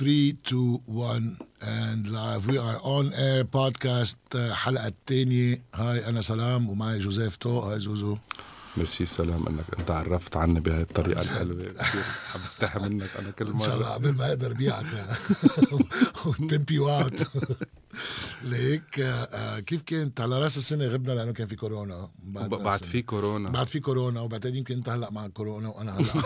3, 2, 1 and live. We are on air podcast حلقة الثانية. هاي أنا سلام ومعي جوزيف تو. هاي زوزو. ميرسي سلام انك انت عرفت عني بهاي الطريقة الحلوة. كثير حاب استحي منك انا كل مرة. ان شاء الله قبل ما اقدر بيعك وتمبي واوت ليك. كيف كنت على راس السنة؟ غبنا لأنه كان في كورونا. بعد في كورونا. بعد في كورونا وبعدين يمكن انت هلأ مع كورونا وانا هلأ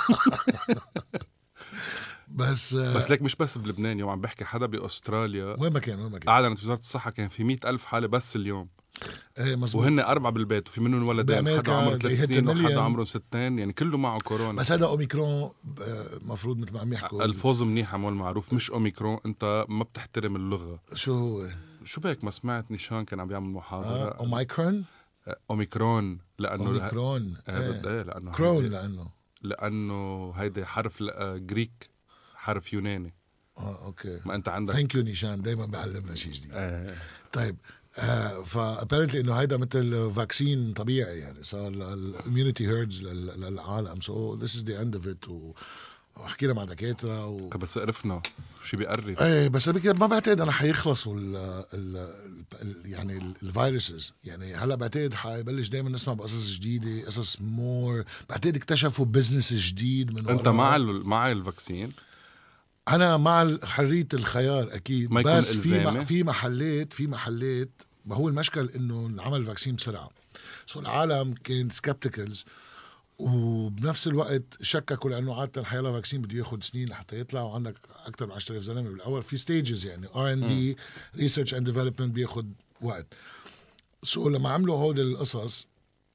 بس ليك مش بس بلبنان. يوم عم بحكي حدا بأستراليا وين ما كان أعلنت وزارة الصحة كان في 100,000 حالة بس اليوم. ايه مزبوط. وهن 4 بالبيت وفي منهم ولدين، حدا عمره 3 سنين وحدا عمره 6، يعني كله معه كورونا. بس هذا أوميكرون مفروض مثل ما عم يحكوا الفوز منيحة مول معروف، مش أوميكرون. انت ما بتحترم اللغة. شو هو؟ شو بك ما سمعت نيشان كان عم بيعمل محاضرة أوميكرون أوميكرون لأنه أوميكرون لأنه كرون لأنه هيدا حرف جريك، حرف يوناني. اوكي. ما انت عندك ثانك يو نيشان، دايما بيعلمنا شيء جديد. طيب فابارنتلي انه هيدا مثل فاكسين طبيعي، يعني صار الاميونيتي هيردز للعالم. سو ذس از ذا اند اوف ات. وحكينا مع دكاتره بس عرفنا شو بيقرب. ايه بس ما بعتقد انا حيخلصوا يعني الفيروسز. يعني هلا بعتقد حيبلش دائما نسمع بقصص جديده، قصص مور. بعتقد اكتشفوا بزنس جديد من انت مع الفاكسين؟ انا مع حريه الخيار اكيد، ما يكون بس إلزامي. في محلات ما هو المشكل انه انعمل فاكسين بسرعه. سو العالم كان سكبتيكلز وبنفس الوقت شككوا، لانه عاده حيلا فاكسين بده ياخد سنين لحتى يطلع، وعندك اكثر من 10,000 زلمه بالاول في ستيجز، يعني R&D ريسيرش اند ديفلوبمنت بياخد وقت. سو لما عملوا هول القصص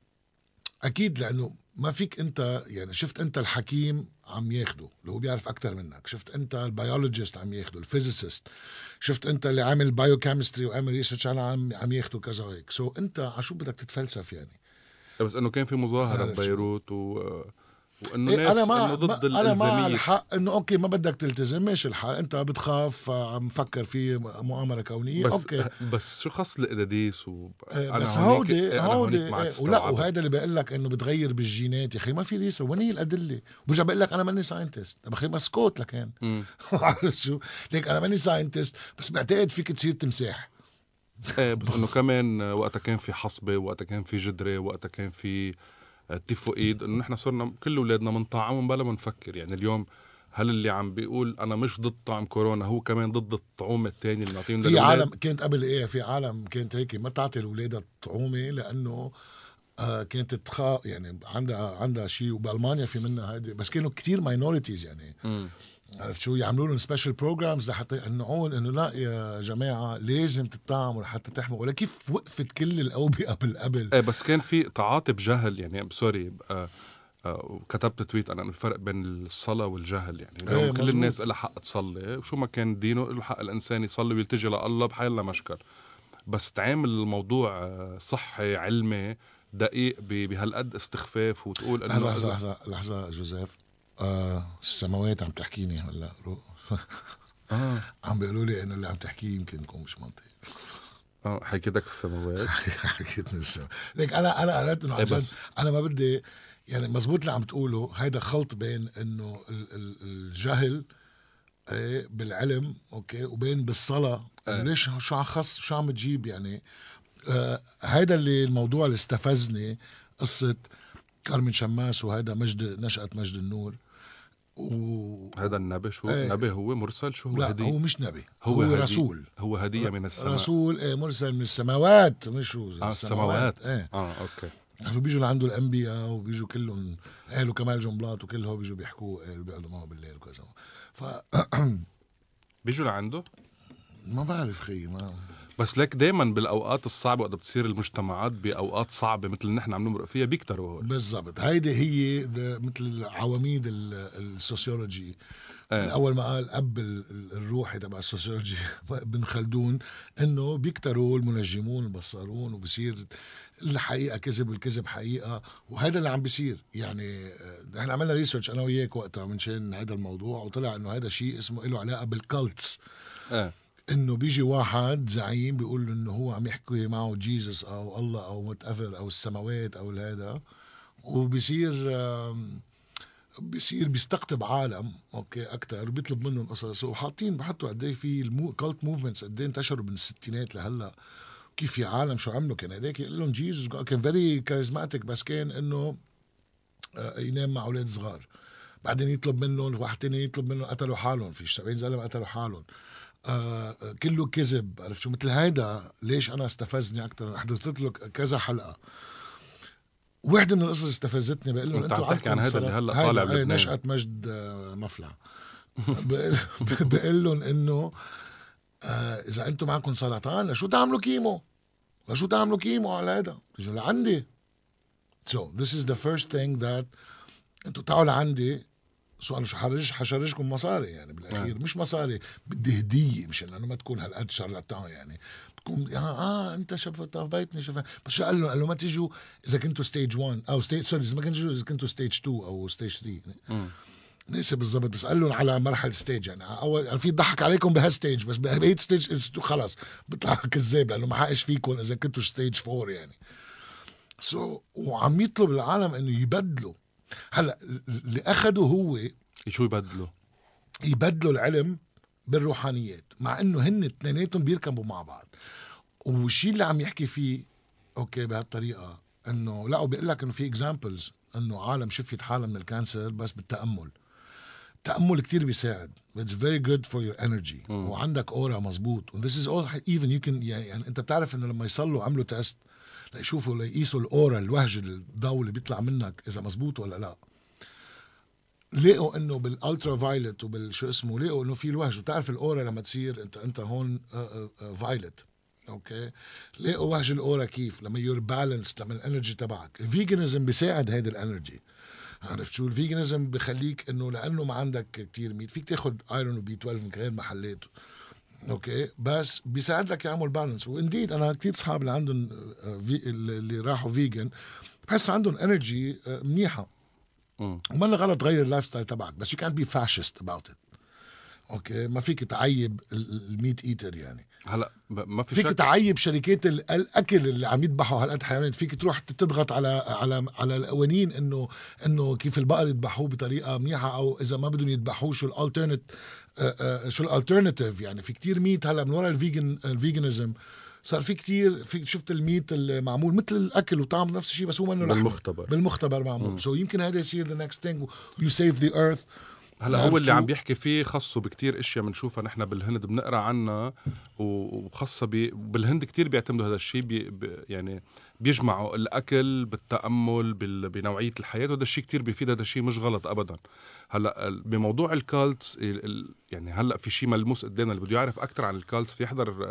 اكيد، لانه ما فيك انت، يعني شفت انت الحكيم عم ياخده اللي هو بيعرف اكتر منك، شفت انت البيولوجيست عم ياخده، الفيزيست، شفت انت اللي عامل بايوكيمستري وعامل ريسيرش عم ياخده كذا وهيك. سو انت عشو بدك تتفلسف يعني؟ بس انه كان في مظاهره ببيروت وانه إيه، ناس انه ضد انا مع الالزاميه. الحق انه اوكي ما بدك تلتزم، ماشي الحال، انت بتخاف عم مفكر في مؤامره كونيه، بس اوكي. بس شو خص القداديس بس هونيك هودي ما عاد ولا، استوعبت. وهذا اللي بقول لك انه بتغير بالجينات. يا اخي ما في ريسر، وين هي الادله؟ برجع بقول لك انا ماني ساينتست. طب اخي مسكوت لكان عرفت شو ليك؟ انا ماني ساينتست، بس بعتقد فيك تصير تمساح. ايه بس انه كمان وقتها كان في حصبه، وقتها كان في جدري، وقتها كان في تيفوئيد، انه نحن صرنا كل اولادنا منطعم بلا ما نفكر. يعني اليوم هل اللي عم بيقول انا مش ضد طعم كورونا هو كمان ضد الطعومه الثانيه اللي نعطيهم في للأولاد؟ عالم كانت قبل ايه، في عالم كانت هيك ما تعطي الاولاد الطعومه لانه كانت يعني عندها شيء. وبالمانيا في منها هيدي، بس كانوا كتير ماينورتيز يعني. عرفت شو يعملوا لهم سبيشال بروجرامز لحتى يقنعون انه لا يا جماعه لازم تطعموا لحتى تحموا. ولا كيف وقفت كل الاوبئه قبل. ايه بس كان في تعاطي بجهل. يعني سوري، كتبت تويت انا الفرق بين الصلاه والجهل. يعني اليوم كل الناس لها حق تصلي، وشو ما كان دينه له حق الانسان يصلي ويلتجي لله بحيالله مشكل. بس تعامل الموضوع صحي علمي دقيق بهالقد استخفاف وتقول انه لحظه جوزيف. السماوات عم تحكيني هلا عم بيقولوا لي انه اللي عم تحكيه يمكن يكون مش منطقي. حكيتك السماوات. حكيتني السماوات. ليك انا قرأت انه عشان انا ما بدي، يعني مزبوط اللي عم تقوله. هيدا خلط بين انه الجهل بالعلم، اوكي، وبين بالصلاة. ليش شو عم تجيب يعني. هيدا اللي الموضوع اللي استفزني، قصة كارمن شماس وهيدا نشأة مجد النور. هذا النبي شو نبي؟ هو مرسل؟ شو هو؟ لا هدي؟ هو مش نبي، هو رسول. هو هدية من السماء. رسول مرسل من السماوات، مش السماوات. اوكي. بيجوا لعنده الانبياء وبيجوا كلهم قالوا كمال جنبلاط وكلهم بيجوا بيحكوا، قالوا بيقعدوا معه بالليل وكذا. بيجوا لعنده. ما بعرف خي ما. بس لك دايما بالاوقات الصعبه وقت بتصير المجتمعات باوقات صعبه مثل نحن عم نمرق فيها بيكتروا هول. بالضبط. هيدي هي مثل عواميد السوسيولوجي. من اول ما قال اب الروحي تبع السوسيولوجي ابن خلدون، انه بيكتروا المنجمون البصارون، وبصير الحقيقه كذب والكذب حقيقه. وهذا اللي عم بيصير. يعني احنا عملنا ريسيرش انا وياك وقتها منشان هذا الموضوع، وطلع انه هذا شيء اسمه له علاقه بالكالتس. انه بيجي واحد زعيم بيقول انه هو عم يحكي معه جيسس او الله او وات ايفر او السماوات او هذا، وبيصير بيصير بيستقطب عالم اوكي اكثر وبيطلب منهم قصص، بحطوا قد ايه في كولت موفمنتس قد ايه انتشروا من الستينات لهلا، كيف في عالم شو عملوا. كان هداك يقول لهم جيزوس كان فيري كاريزماتيك، بس كان انه ينام مع اولاد صغار، بعدين يطلب منهم واحد تاني يطلب منهم قتلوا حالهم، في 70 زلمه قتلوا حالهم. كله كذب، عرفت شو مثل هيدا. ليش انا استفزني اكثر؟ حضرت له كذا حلقه. واحدة من القصص استفزتني، بقول لهم انت عم انتوا تحكي عن عندكم هذا اللي هلا طالع هيدا بلبنان. نشأة مجد مفلع. بقول لهم انه اذا انتم معكم سرطان لشو تعملوا كيمو؟ لشو تعملوا كيمو على هذا؟ بيجوا لعندي. So this is the first thing that انتوا تعالوا لعندي. سؤال شو حشرجكم مصاري يعني بالاخير. مش مصاري، بدي هديه، مش انه ما تكون هالقد شارلاتان يعني. بتكون انت بيتني شفت. بس قال له ما تيجوا اذا كنتوا ستيج 1 او ستيج سوري اذا ما كنتوا اذا كنتوا ستيج 2 او ستيج 3 ناسي بالضبط، بس قال لهم على مرحله ستيج يعني اول يعني في ضحك عليكم بهالستيج، بس بقيه ستيج خلص بيطلع كذاب لانه ما حقش فيكم اذا كنتوا ستيج 4 يعني. وعم يطلب العالم انه يبدلوا. هلا اللي اخده هو شو يبدلوا؟ يبدلوا العلم بالروحانيات، مع انه هن اثنيناتهم بيركبوا مع بعض. والشيء اللي عم يحكي فيه اوكي بهالطريقه انه لا، وبيقول لك انه في اكزامبلز انه عالم شفيت حالها من الكانسر بس بالتامل. التامل كتير بيساعد. It's very good for your energy. وعندك اورا مزبوط. and this is all even you can يعني انت بتعرف انه لما يصلوا عملوا تيست ليشوفوا ليقيسوا الاورا الوهج الضوء اللي بيطلع منك اذا مزبوط ولا لا. لقوا انه بالالترا فايلت وبالشو اسمه لقوا انه في الوهج. وتعرف الاورا لما تصير انت هون فايلت اوكي. لقوا وهج الاورا كيف لما يور بالانس، لما الانرجي تبعك. الفيجنزم بيساعد هيدي الانرجي. عرفت شو الفيجنزم بخليك انه لانه ما عندك كتير ميت فيك تاخد ايرون وبي 12 من غير محلات اوكي، بس بيساعد لك يعمل بالانس. وانديد انا كتير اصحاب اللي عندهم اللي راحوا فيجن بحس عندهم انرجي منيحه. وما غلط تغير اللايف ستايل تبعك، بس you can't be fascist about it اوكي. ما فيك تعيب الميت ايتر يعني. هلا ما في فيك شك. تعيب شركات الاكل اللي عم يذبحوا هالقد حيوانات. فيك تروح تضغط على القوانين انه كيف البقر يذبحوه بطريقه منيحه، او اذا ما بدهم يذبحوه شو الالترناتيف يعني. في كتير ميت هلا من وراء الفيجنزم صار في كتير. في شفت الميت المعمول مثل الاكل وطعم نفس الشيء، بس هو منه بالمختبر معمول. سو يمكن هذا يصير the next thing you save the earth. هلا هو اللي عم بيحكي فيه خاصه بكتير اشياء بنشوفها نحن بالهند بنقرا عنها، وخاصه بالهند كتير بيعتمدوا هذا الشيء يعني بيجمعوا الاكل بالتامل بنوعيه الحياه، وهذا الشيء كتير بيفيد. هذا الشيء مش غلط ابدا. هلا بموضوع الكالتس يعني هلا في شيء ملموس قدامنا. اللي بده يعرف اكثر عن الكالتس في يحضر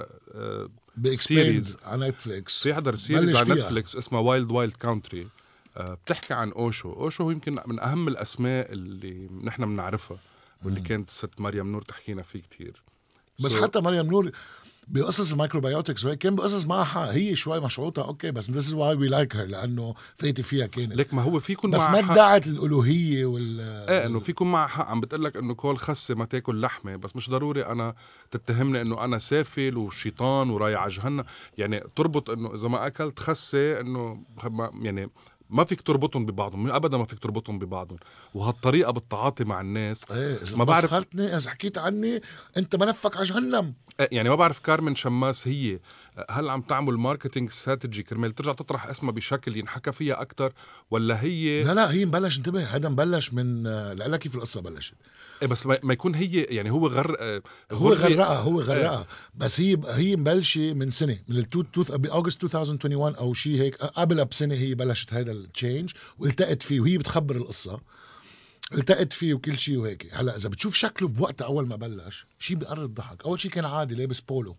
سيريز على نتفليكس. في يحضر سيريز على نتفليكس اسمها وايلد كاونتري. بتحكي عن اوشو يمكن من اهم الاسماء اللي نحن بنعرفها، واللي كانت الست مريم نور تحكينا فيه كتير. بس حتى مريم نور بقصص الميكروبيوتكس وهيك كان بقصص معها هي شوي مشعوطه اوكي، بس this is why we like her لانه فايتة فيها كانت. لك ما هو فيكم بس ما ادعت الالوهيه انه فيكم معها حق. عم بتقلك انه كل خسه ما تاكل لحمه، بس مش ضروري انا تتهمني انه انا سافل وشيطان ورايح على جهنم. يعني تربط انه اذا ما اكلت خسه انه يعني ما فيك تربطهم ببعضهم ابدا، ما فيك تربطهم ببعضهم. وهالطريقه بالتعاطي مع الناس ما بعرف. اذا حكيت عني انت منفك على جهنم. يعني ما بعرف كارمن شماس هي هل عم تعمل ماركتينج استراتيجي كرمال ترجع تطرح اسمها بشكل ينحكى فيها اكتر، ولا هي لا هي مبلش. انتبه هذا مبلش من لا كيف القصه بلشت. بس ما يكون هي يعني هو هو غرقها بس هي مبلشه من سنه من باغست 2021 او شيء هيك. قبلها بسنه هي بلشت هذا التشينج والتقت فيه وهي بتخبر القصه. التقت فيه وكل شيء وهيك. هلا اذا بتشوف شكله بوقت اول ما بلش شيء بقرر الضحك. اول شيء كان عادي لابس بولو،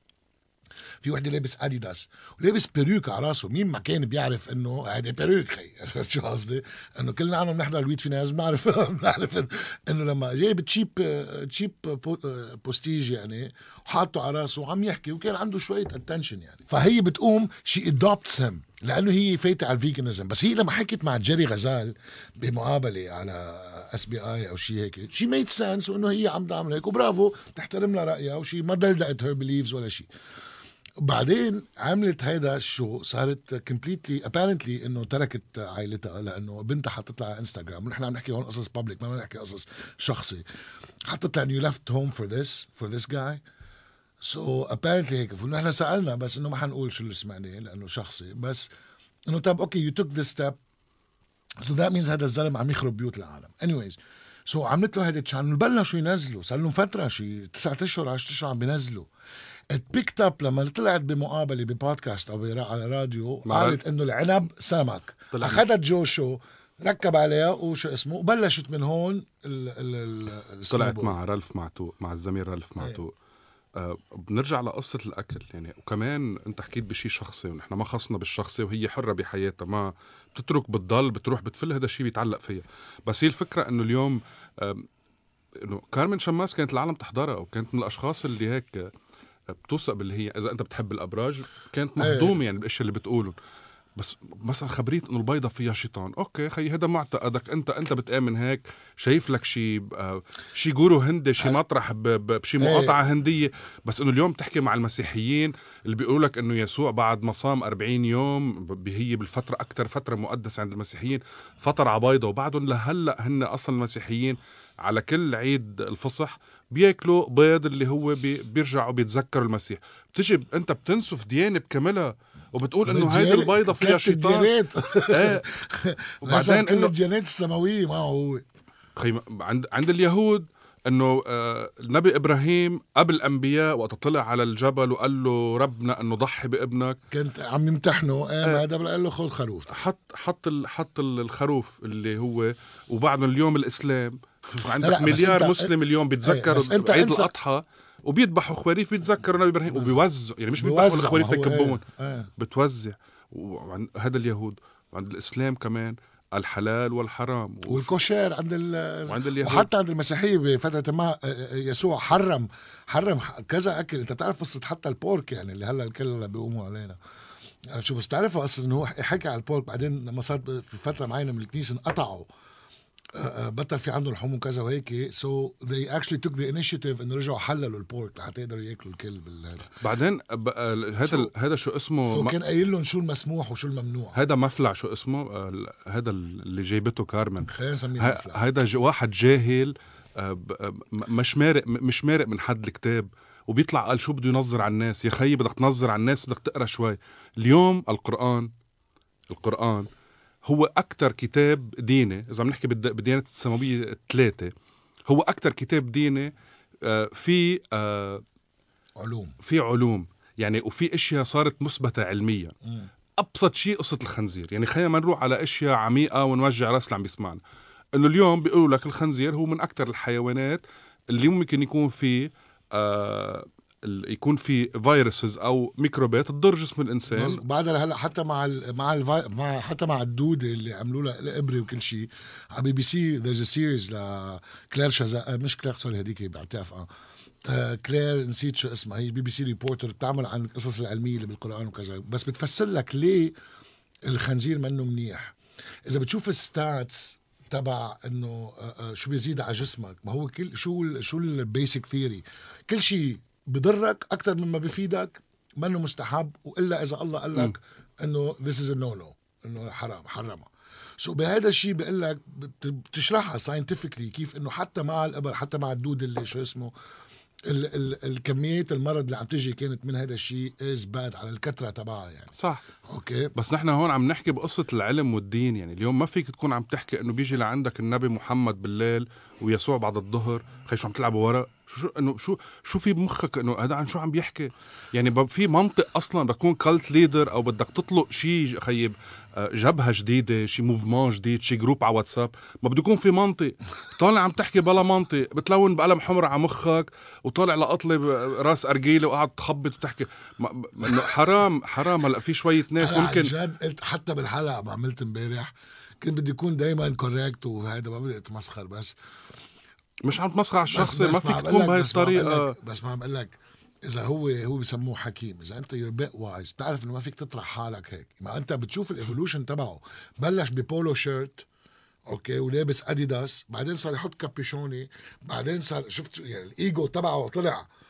في وحده لابس اديداس ولابس بيروك على راسه. مين ما كان بيعرف انه هذا بيروك خي. شو قصدي؟ انه كلنا عنا بنحضر الويت في ناس بنعرف انه لما جايب تشيب بوستيج يعني وحاطه على راسه وعم يحكي وكان عنده شويه اتنشن يعني. فهي بتقوم شي ادوبتس هيم لانه هي فايته على الفيجنزم. بس هي لما حكت مع جيري غزال بمقابله على SBI او شيء هيك شي ميد سنس، وانه هي عم تعمل هيك وبرافو بتحترم لها رايها وشي ما دلدقت هير بليفز ولا شيء. بعدين عملت هيدا الشو، صارت كومبليتلي ابارنتلي انه تركت عائلتها لانه بنتها حطت لها على انستغرام، ونحن عم نحكي هون قصص بابليك، ما عم نحكي قصص شخصي. حطت لها انه you left home for this guy. So apparently هيك، فنحن سالنا بس انه ما حنقول شو اللي سمعناه لانه شخصي، بس انه طب اوكي you took this step so that means هذا الزلمه عم يخرب بيوت العالم. anyways so عملت له هيدا الشانل، بلشوا ينزلوا، صار لهم فتره شي 9 اشهر 10 اشهر عم بينزلوا. البيكت اب لما طلعت بمقابله ببودكاست او على راديو، قالت انه العنب سمك، اخذت جو شو ركب عليها وشو اسمه، وبلشت من هون طلعت مع رالف معتوق، مع الزميل رالف معتوق. بنرجع لقصة الأكل يعني، وكمان أنت حكيت بشي شخصي ونحن ما خصنا بالشخصي، وهي حرة بحياتها، ما بتترك بتضل بتروح بتفل، هذا الشي بيتعلق فيها. بس هي الفكرة أنه اليوم إنه كارمن شماس كانت العالم تحضرها، وكانت من الأشخاص اللي هيك بتوثق باللي هي، إذا أنت بتحب الأبراج كانت مهضومة يعني بالأشياء اللي بتقولهم. بس مثلا خبريت انه البيضة فيها شيطان، اوكي خي هذا معتقدك، انت بتآمن هيك، شايف لك شي جورو هندي، شي مطرح بشي مقاطعة هندية. بس انه اليوم تحكي مع المسيحيين اللي بيقولوا لك انه يسوع بعد ما صام 40 يوم، هي بالفترة اكتر فترة مقدسة عند المسيحيين، فطر على بيضة، وبعدهم لهلا هن اصلا المسيحيين على كل عيد الفصح بياكلوا بيض اللي هو بيرجعوا بيتذكروا المسيح. بتجي انت بتنسف ديانة بكاملها وبتقول انه هيدي البيضة فيها شيطان. ايه وبعدين كل الديانات السماوية ما هو عند اليهود انه النبي ابراهيم ابو الانبياء وقت طلع على الجبل وقال له ربنا انه ضحي بابنك، كنت عم يمتحنه هذا قال له خذ خروف، حط الخروف اللي هو. وبعدهم اليوم الاسلام عندك مليار مسلم اليوم بيتذكروا عيد الاضحى وبيذبحوا خواريف بيتذكروا نبي ابراهيم وبيوزعوا، يعني مش بيذبحوا الخواريف تكبون، بتوزع. هذا اليهود. وعند الاسلام كمان الحلال والحرام والكوشير عند اليهود، وحتى عند المسيحيه بفتره ما يسوع حرم كذا اكل. انت بتعرف قصه حتى البورك يعني اللي هلا الكل بيقوموا علينا شو، بس بتعرف اصلا انه هو حكى على البورك، بعدين لما صار في فتره معينه من الكنيسه انقطعوا، بطل في عندهم لحوم وكذا وهيك. so they actually took the initiative انه رجعوا حللوا البورك لحتى يقدروا ياكلوا الكل بعدين هذا شو اسمه كان قايل لهم شو المسموح وشو الممنوع. هذا مفلع شو اسمه هذا اللي جايبته كارمن، هذا واحد جاهل مش مارق من حد الكتاب، وبيطلع قال شو بده ينظر على الناس. يا خيي بدك تنظر على الناس، بدك تقرا شوي. اليوم القرآن هو أكتر كتاب ديني، إذا بنحكي بالديانات السماوية 3، هو أكتر كتاب ديني في علوم يعني، وفي أشياء صارت مثبتة علميا. أبسط شيء قصة الخنزير، يعني خلينا ما نروح على أشياء عميقة ونوجع راس اللي عم بيسمعنا. إنه اليوم بيقولوا لك الخنزير هو من أكتر الحيوانات اللي ممكن يكون فيه يكون في فيروسز او ميكروبات تضر جسم الانسان. بعدها هلا حتى حتى مع الدوده اللي عملوا لها الابره وكل شيء على BBC there's a series لكلير مش كلير سوري هديك بعترف كلير نسيت شو اسمها، هي BBC ريبورتر بتعمل عن القصص العلميه اللي بالقران وكذا، بس بتفسر لك ليه الخنزير منه منيح. اذا بتشوف الستاتس تبع انه شو بيزيد على جسمك، ما هو كل شو البيسك ثيوري، كل شيء بضرك اكثر مما بفيدك منه مستحب، والا اذا الله قال لك انه this is a no انه حرمها. سو بهذا الشيء بقول لك بتشرحها ساينتفكلي كيف انه حتى مع الابر حتى مع الدود اللي شو اسمه الكميات المرض اللي عم تجي كانت من هذا الشيء از باد على الكثره تبعها يعني. صح اوكي، بس نحن هون عم نحكي بقصه العلم والدين. يعني اليوم ما فيك تكون عم تحكي انه بيجي لعندك النبي محمد بالليل ويسوع بعد الظهر، خي شو عم تلعبوا ورق، شو في بمخك انه هذا عن شو عم بيحكي؟ يعني في منطق اصلا بتكون كالت ليدر او بدك تطلق شيء خيب جبهه جديده، شي موفمون جديد، شي جروب على واتساب، ما بده يكون في منطق. طالع عم تحكي بلا منطق، بتلون بقلم حمر على مخك وطالع لقطلب راس ارجيله وقاعد تخبط وتحكي انه حرام. هلا في شويه ناس ممكن جد حتى بالحلقه ما عملت امبارح كنت بدي يكون دايما كوريكت، وهذا ما بدي اتمسخر، بس مش عم تمسخر على الشخص، ما فيك تكون بهاي الطريقه. بس ما عم بقول لك اذا هو بسموه حكيم، اذا انت يور بيت وايز بتعرف انه ما فيك تطرح حالك هيك. ما انت بتشوف الايفولوشن تبعه، بلش ببولو شيرت اوكي ولابس اديداس، بعدين صار يحط كابيشوني، بعدين صار شفت يعني الايجو تبعه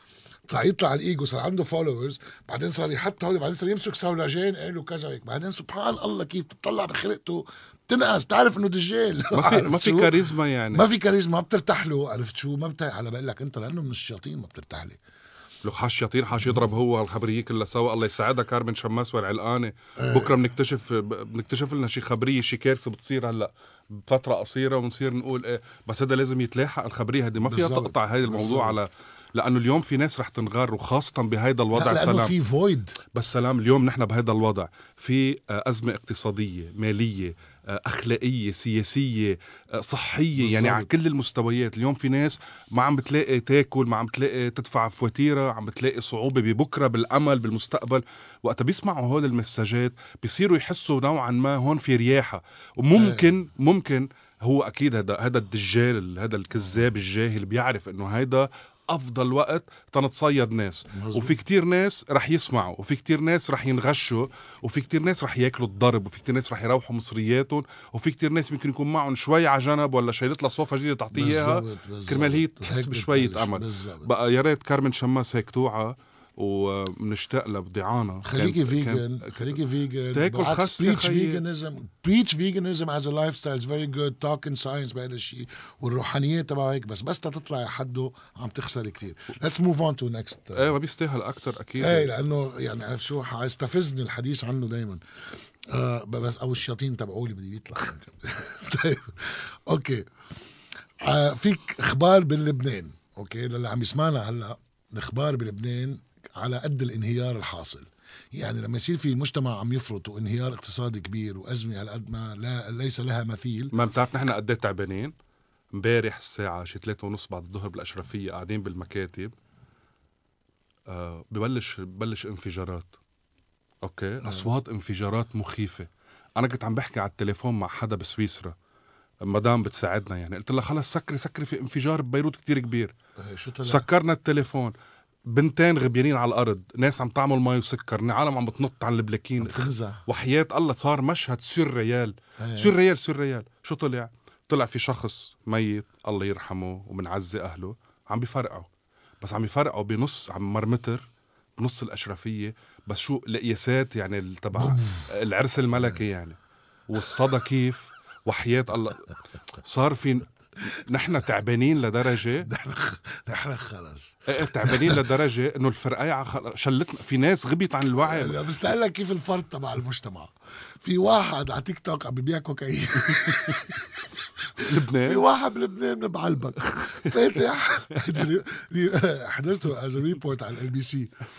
صار يطلع الايجو، صار عنده فولورز، بعدين صار يحط هودي، بعدين صار يمسك سولاجين قالوا كذا هيك، بعدين سبحان الله كيف بتطلع بخلقته بتنقص، بتعرف انه دجال. ما في كاريزما يعني، ما في كاريزما، ما بترتاح له. عرفت شو؟ ما بتاع على بقول لك انت لانه من الشياطين ما بترتاح لي. لو حاش شياطين حاش يضرب هو الخبريه كلها سوا. الله يساعدها كارمن شماس والعلقانه. بكره بنكتشف لنا شي خبريه، شي كارثه بتصير هلا بفتره قصيره، ونصير نقول ايه بس هذا لازم يتلاحق. الخبريه هذه ما فيها تقطع هاي الموضوع على، لانه اليوم في ناس رح تنغر، وخاصه بهيدا الوضع. لانه سلام في فويد. بس سلام اليوم نحن بهيدا الوضع، في ازمه اقتصاديه، ماليه، اخلاقيه، سياسيه، صحيه بالزبط. يعني على كل المستويات. اليوم في ناس ما عم بتلاقي تاكل، ما عم بتلاقي تدفع فواتيرها، عم بتلاقي صعوبه ببكره، بالامل، بالمستقبل. وقت بيسمعوا هول المساجات بيصيروا يحسوا نوعا ما هون في رياحه. وممكن هو اكيد هذا الدجال، هذا الكذاب الجاهل بيعرف انه هيدا افضل وقت تنتصيد ناس. مزبوط. وفي كتير ناس رح يسمعوا، وفي كتير ناس رح ينغشوا، وفي كتير ناس رح ياكلوا الضرب، وفي كتير ناس رح يروحوا مصرياتهم، وفي كتير ناس ممكن يكون معهم شوي على جنب، ولا شايلت لها صوفة جديدة تعطيه اياها كرمال هي تحس بشوية امل. بقى يا ريت كارمن شماس هيك توعى، ومنشتاق لها بضيعانا. خليكي فيجن، خليكي فيجن، تاكل خس يا خيي. بريتش فيجنزم از ا لايف ستايل فيري جود، توكن ساينس بهذا الشيء، والروحانيات تبع هيك. بس تطلعي حده عم تخسري كتير. ليتس موف اون تو نكست. ايه بيستاهل اكثر اكيد. ايه لانه يعني عارف شو حيستفزني الحديث عنه دائما. بس او الشياطين تبعولي بدي يطلع. طيب اوكي. فيك اخبار بلبنان، اوكي، للي عم يسمعنا هلا، الاخبار بلبنان على قد الانهيار الحاصل. يعني لما يصير في المجتمع عم يفرط، وانهيار اقتصادي كبير، وازمه على قد ما ليس لها مثيل. ما بتعرف نحن قد ايه تعبانين؟ امبارح الساعه شي 3:30 بعد الظهر بالاشرفيه قاعدين بالمكاتب، ببلش انفجارات. اوكي اصوات انفجارات مخيفه. انا كنت عم بحكي على التليفون مع حدا بسويسرا، مدام بتساعدنا يعني، قلت لها خلص سكري في انفجار ببيروت كتير كبير. سكرنا التليفون، بنتين غبيانين على الارض، ناس عم تعمل مي وسكر، عالم عم بتنط على البلاكين. وحياة الله صار مشهد سوريال. سوريال. شو طلع في شخص ميت الله يرحمه، ومنعزي اهله، عم بيفرقعوا بنص عم مرمتر بنص الاشرفيه. بس شو القياسات يعني تبع العرس الملكي يعني، والصدى كيف. وحياة الله صار في، نحن تعبانين لدرجة نحن خلص تعبانين لدرجة انه الفرقاية شلتنا. في ناس غبيت عن الوعي. بس تقول لك كيف الفرد تبع المجتمع. في واحد على تيك توك عم بيبيع كوكايين لبنان، في واحد بلبنان بعلبك فاتح حضرته از ريبورت على الBC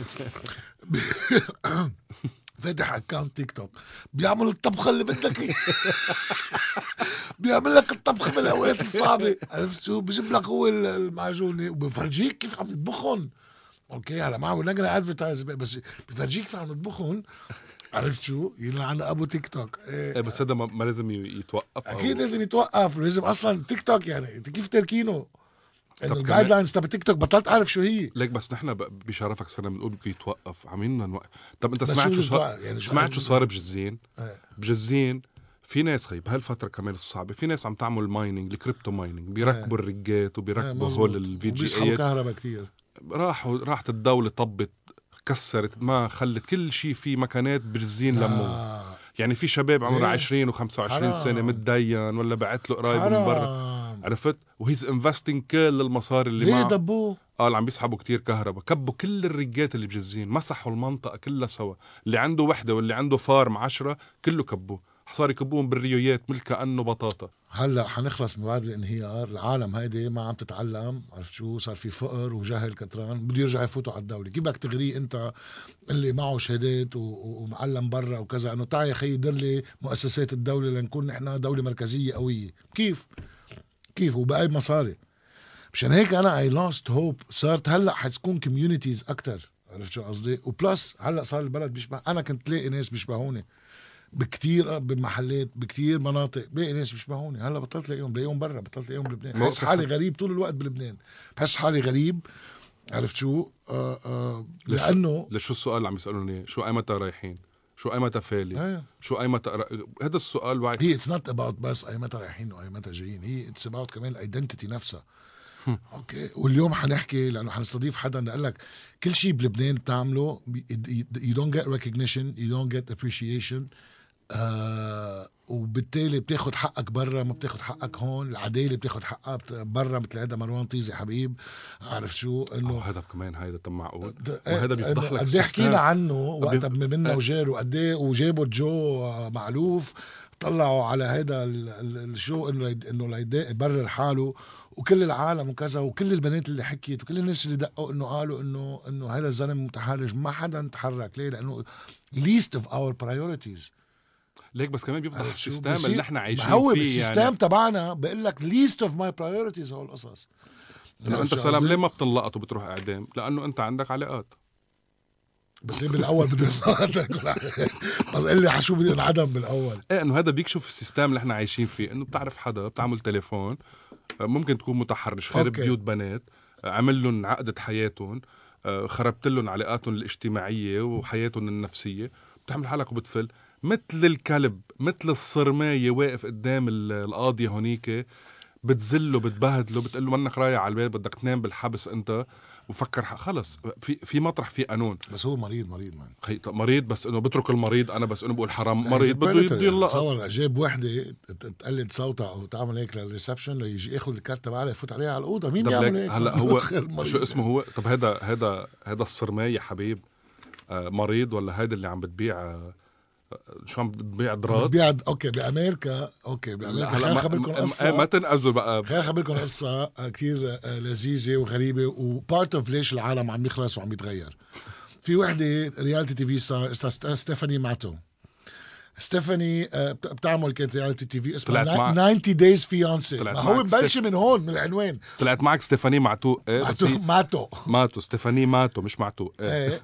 فاتح اكاونت تيك توك بيعمل الطبخه اللي بدك اياه. بيعمل لك الطبخ بالاوقات الصعبه. عرفت شو؟ بجيب لك هو المعجونه وبفرجيك كيف عم يطبخهم. اوكي هلا معه نقرا ادفرتايز، بس بفرجيك كيف عم يطبخهم. عرفت شو؟ يلعن ابو تيك توك. ايه بس هذا ما لازم يتوقف. اكيد لازم يتوقف. لازم اصلا تيك توك يعني انت كيف تركينه؟ انه الجايد لاينز تبع تيك توك بطلت اعرف شو هي. ليك بس نحن بشرفك سنه بنقول بيتوقف، عملنا نوقف. طب انت سمعت شو صار بجزين؟ بجزين في ناس بهالفتره كمان الصعبه، في ناس عم تعمل مايننج، الكريبتو مايننج، بيركبوا الرجات وبيركبوا هول الفي جي اي، كهرباء كتير. راحت الدوله طبت كسرت، ما خلت كل شيء في مكانات بجزين لموه. يعني في شباب عمره 20 و25 سنه متدين، ولا بعت له قرايبه من برا، عرفت؟ وهيز انفستنج كل المصاري اللي معه. دبوه عم بيسحبوا كتير كهرباء. كبوا كل الرجات اللي بجزين، مسحوا المنطقه كلها سوا. اللي عنده وحده واللي عنده فارم 10 كله كبوه. صار يكبوهم بالريويات مثل كأنه بطاطا. هلا حنخلص من بعد الانهيار. العالم هيدي ما عم تتعلم. عرفت شو؟ صار في فقر وجهل كتران، بده يرجع يفوتوا على الدوله. كيف بدك تغريه انت اللي معه شهادات ومعلم برا وكذا، انه تعال يا خيي دير لي مؤسسات الدوله لنكون نحن دوله مركزيه قويه؟ كيف وبأي مصاري؟ مشان هيك انا اي لوست هوب. صارت هلا حتكون كوميونيتيز اكتر. عرفت شو قصدي؟ وبلس هلا صار البلد بيشبه. انا كنت لاقي ناس بيشبهوني بكتير بمحلات، بكتير مناطق، بلاقي ناس بيشبهوني. هلا بطلت لاقيهم برا، بطلت لاقيهم بلبنان. بحس حالي غريب طول الوقت بلبنان، بحس حالي غريب. عرفت شو؟ لانه لشو السؤال اللي عم يسالوني؟ شو ايمتى رايحين؟ شو ايمتى فالي؟ شو ايمتى هذا السؤال وعي. هي اتس نوت اباوت بس ايمتى رايحين وايمتى جايين. هي اتس اباوت كمان الايدنتيتي نفسها. اوكي. واليوم حنحكي لانه حنستضيف حدا قال لك كل شيء بلبنان بتعمله you don't get recognition, you don't get appreciation. وبالتالي بتاخد حقك برا، ما بتاخد حقك هون. العدالة بتاخد حقها برا، مثل هذا مروان طيزي حبيب، عارف شو انه هذا كمان هيدا طب معقول. وهذا بيفضح لك قد ايه حكينا عنه وقتها منا وجاره، قد ايه وجابوا جو معلوف طلعوا على هذا الشو انه يبرر حاله، وكل العالم وكذا، وكل البنات اللي حكيت وكل الناس اللي دقوا انه قالوا انه هذا الزلمه متحرج. ما حدا تحرك. ليه؟ لانه least of our priorities. ليك بس كمان بيفضح السيستم اللي نحن عايشين فيه. هو بالسيستم يعني تبعنا بقول لك least of my priorities هو القصص. انه انت سلام ليه ما بتنلقط وبتروح اعدام؟ لانه انت عندك علاقات. بس ليه بالاول بدي بس قال لي شو بدي انعدم بالاول. ايه انه هذا بيكشف السيستم اللي احنا عايشين فيه، انه بتعرف حدا بتعمل تليفون ممكن تكون متحرش، خرب بيوت بنات، عمل لهم عقدة حياتهم، خربت لهم علاقاتهم الاجتماعية وحياتهم النفسية، بتعمل حالك وبتفل مثل الكلب، مثل الصرماية واقف قدام القاضية هونيك، بتزله بتبهدله، بتقول له منك رايح على البيت، بدك تنام بالحبس انت، وفكر خلص في مطرح في قانون. بس هو مريض مريض بس انه بترك المريض. انا بس انه بقول حرام مريض بده يلقط. تصور جاب وحده تقلد صوتها او تعمل هيك للريسبشن ليجي ياخذ الكارت تبعها يفوت عليها على الاوضه. مين يعمل هيك؟ هلا هو شو اسمه هو؟ طب هذا الصرماي يا حبيب مريض، ولا هذا اللي عم بتبيع شو عم بتبيع درات؟ بتبيع اوكي بامريكا. خليني اخبركم قصه. ما تنقذوا بقى. خليني اخبركم قصه كثير لذيذه وغريبه، وبارت اوف ليش العالم عم يخلص وعم يتغير. في وحده رياليتي تي في ستار اسمها ستيفاني ماتو. ستيفاني بتعمل كانت رياليتي تي في اسمها 90 دايز فيانسي. هو مبلش من هون من العنوان. طلعت معك ستيفاني معتوق. ماتو ستيفاني ماتو مش معتوق.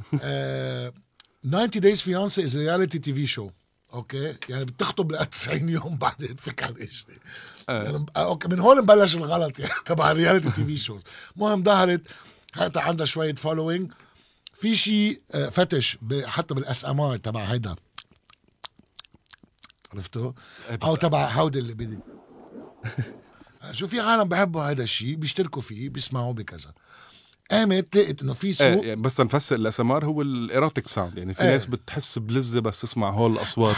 90 days fiancé is a reality TV show. اوكي يعني بتخطب ل 90 يوم بعدين فك على ايش يعني اوكي من هون مبلش الغلط يعني تبع الرياليتي تي في شوز. المهم ظهرت حتى عندها شويه فولوينج، في شيء فتش حتى بالاس ام ار تبع هيدا، عرفته؟ او تبع هودي اللي بدي شو في عالم بحبوا هذا الشيء، بيشتركوا فيه، بيسمعوا بكذا. قامت لقيت انه في سوق يعني بس نفسر الاسمار هو الايروتيك ساوند، يعني في ناس بتحس بلذة بس تسمع هول الاصوات.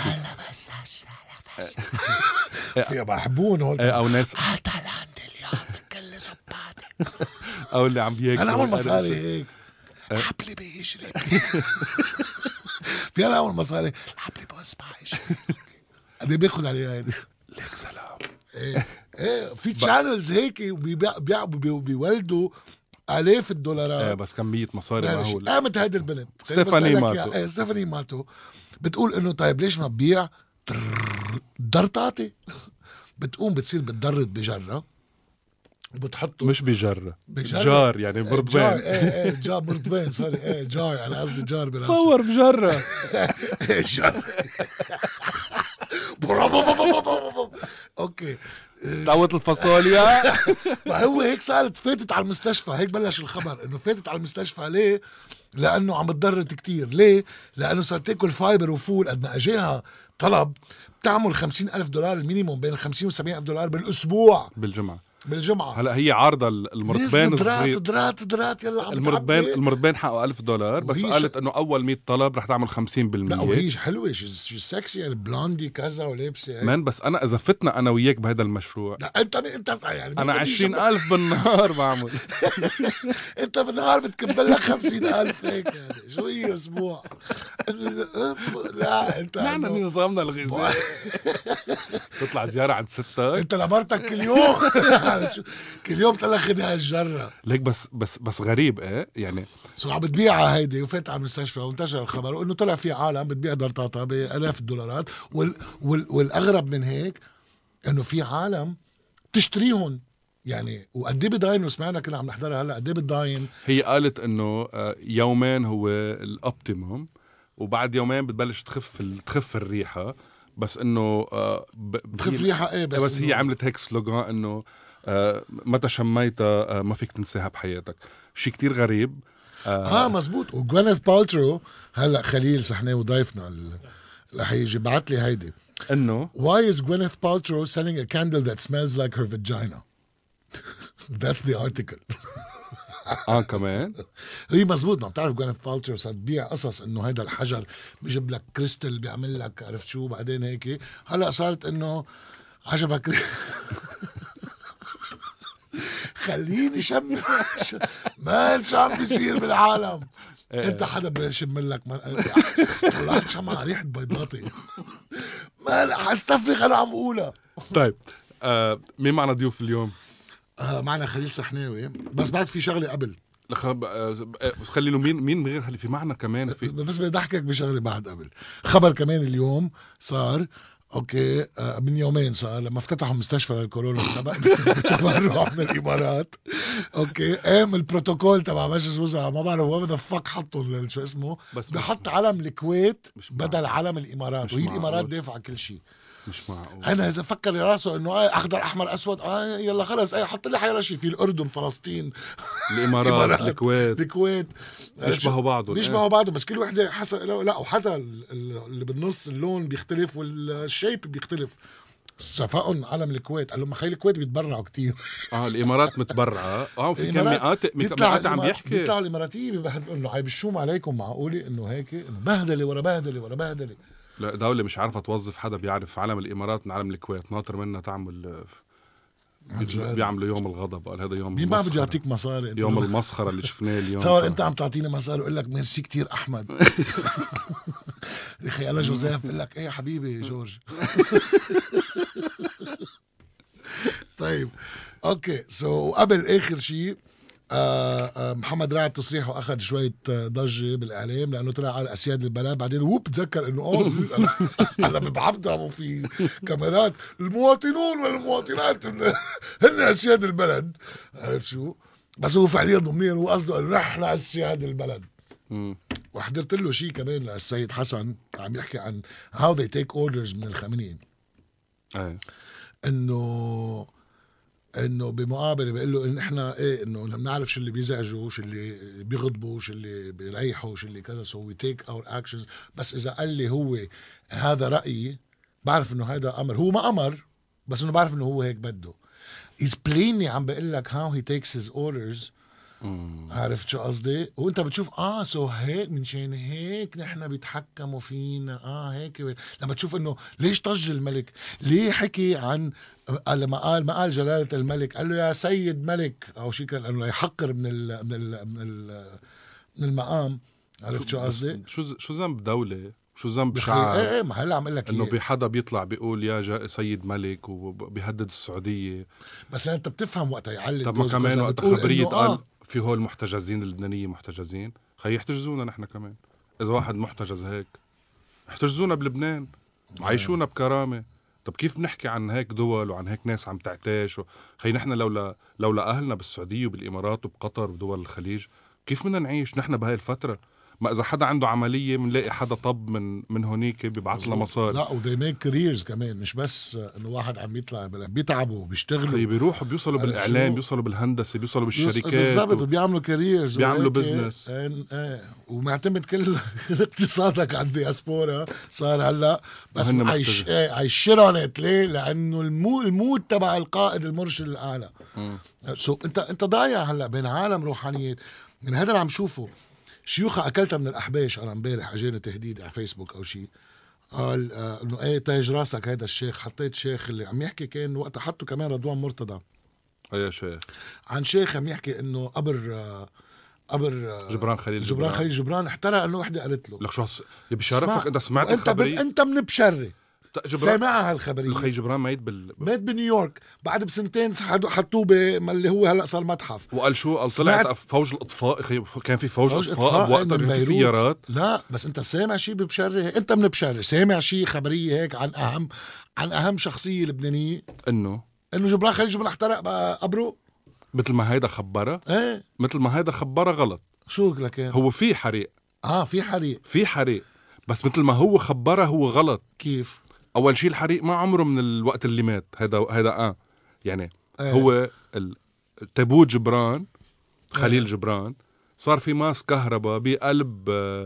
في بحبون هول او ناس تايلاند اليوم في كل زباطي او اللي عم بياكل. انا اعمل مصاري هيك حبلي بيجري في انا اعمل مصاري حبلي بسمع شيء قد بياخد عليها هيدي ليك سلام. ايه في تشانلز هيك بيولدوا آلاف الدولارات. بس كمية مصاري مهولة. قامت هيدي البنت ستيفاني ماتو بتقول انه طيب ليش ما ببيع درطاتي. بتقوم بتصير بتدرد بجرة وبتحطه مش بجرة جار يعني مرتبين. جار مرتبين سوري جار انا قصدي جار براسي. صور بجرة جار اوكي استوت الفاصوليا. ما هو هيك صارت فاتت على المستشفى. هيك بلش الخبر انه فاتت على المستشفى. ليه؟ لانه عم بتضرر كتير. ليه؟ لانه صارت تاكل فايبر وفول قد ما اجاها طلب بتعمل $50,000 المينيموم، بين $50,000 و$70,000 بالاسبوع بالجمعة. هلا هي عارضة المرتبين الصغير درات يلا المرتبين حقه $1,000 بس قالت انه اول 100 طلب رح تعمل 50%. لا وهي حلوة سكسي يعني بلوندي كذا ولابسة مان. بس انا اذا فتنا انا وياك بهذا المشروع، لا انت يعني انا 20,000 بالنهار بعمل انت بالنهار بتكبل لك 50,000 هيك يعني شو هي اسبوع. لا انت نحن نظامنا الغذائي تطلع زيارة عند ستك انت لمرتك كل يوم كل يوم تلا خدي هالجرة ليك. بس غريب يعني سو عم بتبيعها هيدي وفات على المستشفى وانتشر الخبر وانه طلع في عالم بتبيع درطاطة $1,000. والاغرب من هيك انه في عالم تشتريهم يعني. وقد ايه بضاين وسمعنا كنا عم نحضرها هلا قد ايه بضاين. هي قالت انه يومين هو الاوبتيموم وبعد يومين بتبلش تخف الريحة. بس انه بتخف ريحة بس هي عملت هيك سلوغان انه متى شميتها ما فيك تنساها بحياتك. شيء كتير غريب. مزبوط. وغوينيث بالترو هلا خليل سحناوي ضيفنا رح يجي بعت لي هيدي انه why is Gwyneth Paltrow selling a candle that smells like her vagina. That's the article. كمان هي مزبوط. ما بتعرف جوينث بالترو صار تبيع قصص انه هيدا الحجر بيجيب لك كريستال بيعمل لك عرفت شو بعدين هيك. هلا صارت انه عجبك خليني شم مال شو عم بيصير بالعالم. انت حدا بيشم لك طلعت شمعة ريحة بيضاتي مال حستفرغ انا عم اقولها. طيب مين معنا ضيوف اليوم؟ معنا خليل سحناوي. بس بعد في شغله قبل خلي له مين غير خلي في معنا كمان بس بدي احكيك بشغله بعد قبل. خبر كمان اليوم صار اوكي من يومين صار لما افتتحوا مستشفى للكورونا بتبرع من الامارات. اوكي قام البروتوكول تبع مجلس الوزراء ما بعرف وين فك حطوا شو اسمه بس بحط علم الكويت بدل علم الامارات وهي الامارات دافعه كل شيء. مش معقول. انا اذا فكر راسه انه اخضر احمر اسود يلا خلص حط لي حيلا شيء في الاردن فلسطين الامارات الكويت بيشبهوا بعضهم بعضهم بس كل وحده حسب. لا وحتى اللي بالنص اللون بيختلف والشيب بيختلف. صفقهم علم الكويت قال لهم خلي الكويت بيتبرعوا كتير. الامارات متبرعه في كان مئات عم يحكي بيطلعوا الاماراتيين بيبهدلوا انه هاي بالشوم عليكم معقوله انه هيك انه بهدله ورا بهدله ورا بهدله. لا دولة مش عارفة توظف حدا بيعرف علم الإمارات من علم الكويت. ناطر منها تعمل بيعملوا يوم الغضب. قال هذا يوم مين ما بده يعطيك مصاري يوم المسخرة اللي شفناه اليوم. تصور انت عم تعطيني مصاري وقول لك ميرسي كتير احمد. اخي انا جوزيف بقول لك ايه يا حبيبي جورج. طيب اوكي قبل اخر شيء محمد رعد تصريحه اخذ شويه ضجه بالاعلام لانه طلع على اسياد البلد. بعدين تذكر انه انا ببعبدها وفي كاميرات المواطنون والمواطنات هن اسياد البلد. عرفت شو بس هو فعليا ضمنيا هو قصده انه نحن اسياد البلد. وحضرت له شيء كمان للسيد حسن عم يحكي عن how they take orders من الخامنئي. انه بمقابله بيقول له ان احنا انه بنعرف شو اللي بيزعجوا شو اللي بيغضبوا شو اللي بيريحوا شو اللي كذا so we take our actions. بس اذا قال لي هو هذا رايي بعرف انه هذا امر. هو ما امر بس انه بعرف انه هو هيك بده. he's plainly عم بقول لك how he takes his orders. عرفت شو قصدي؟ وانت بتشوف سو هيك منشان هيك نحن بيتحكموا فينا هيك. لما تشوف انه ليش طج الملك ليه حكي عن لما قال جلالة الملك قال له يا سيد ملك او شيء كان انه يحقر من المقام. عرفت شو قصدي؟ شو ذنب دولة شو ذنب شعب؟ ما هلا عم اقول لك انه بحدا بيطلع بيقول يا سيد ملك وبيهدد السعودية. بس انت بتفهم وقتها يعلق. طب ما كمان وقت خبرية قال في هول المحتجزين اللبنانية محتجزين خي يحتجزونا نحن كمان. إذا واحد محتجز هيك احتجزونا بلبنان عايشونا بكرامة. طب كيف نحكي عن هيك دول وعن هيك ناس عم تعتاش خي نحن لولا أهلنا بالسعودية وبالإمارات وبقطر ودول الخليج كيف بدنا نعيش نحن بهاي الفترة؟ ما إذا حدا عنده عملية بنلاقي حدا طب من هونيك بيبعث له مصاري. لا و they make careers كمان مش بس إنه واحد عم يطلع بيتعبوا بيشتغلوا بيروحوا بيوصلوا بالإعلام بيوصلوا بالهندسة بيوصلوا بالشركات بالضبط وبيعملوا careers بيعملوا بزنس ومعتمد كل اقتصادك على الدياسبورا صار هلا بس عايشيرهم ليه؟ لأنه المود تبع القائد المرشد الأعلى. انت ضايع هلا بين عالم روحانيات. من هذا اللي عم شوفه شيوخة أكلتها من الأحباش. أنا امبارح أجاني تهديد على فيسبوك أو شيء قال إنه تاج راسك هيدا الشيخ. حطيت شيخ اللي عم يحكي كان وقتها حطه كمان رضوان مرتضى. أي شيخ عن شيخ عم يحكي إنه قبر جبران خليل جبران احترق إنه وحدة قالت له لك شو يا بشرفك أنت سمعت الخبرية؟ أنت من بشري سامعها هالخبرية. الخي جبران ميت بنيويورك بعد بسنتين حطوه اللي هو هلا صار متحف. وقال شو قال طلعت فوج الاطفاء كان في فوج اطفاء بوقتها في سيارات. لا بس انت سامع شيء ببشري؟ انت من بشري سامع شيء خبريه هيك عن اهم شخصيه لبنانيه انه جبران خليل جبران احترق قبره مثل ما هيدا خبره؟ مثل ما هيدا خبره غلط. شو لك هو في حريق في حريق بس مثل ما هو خبره هو غلط. كيف؟ اول شيء الحريق ما عمره من الوقت اللي مات هيدا يعني هو تابوت جبران خليل جبران صار في ماس كهرباء بقلب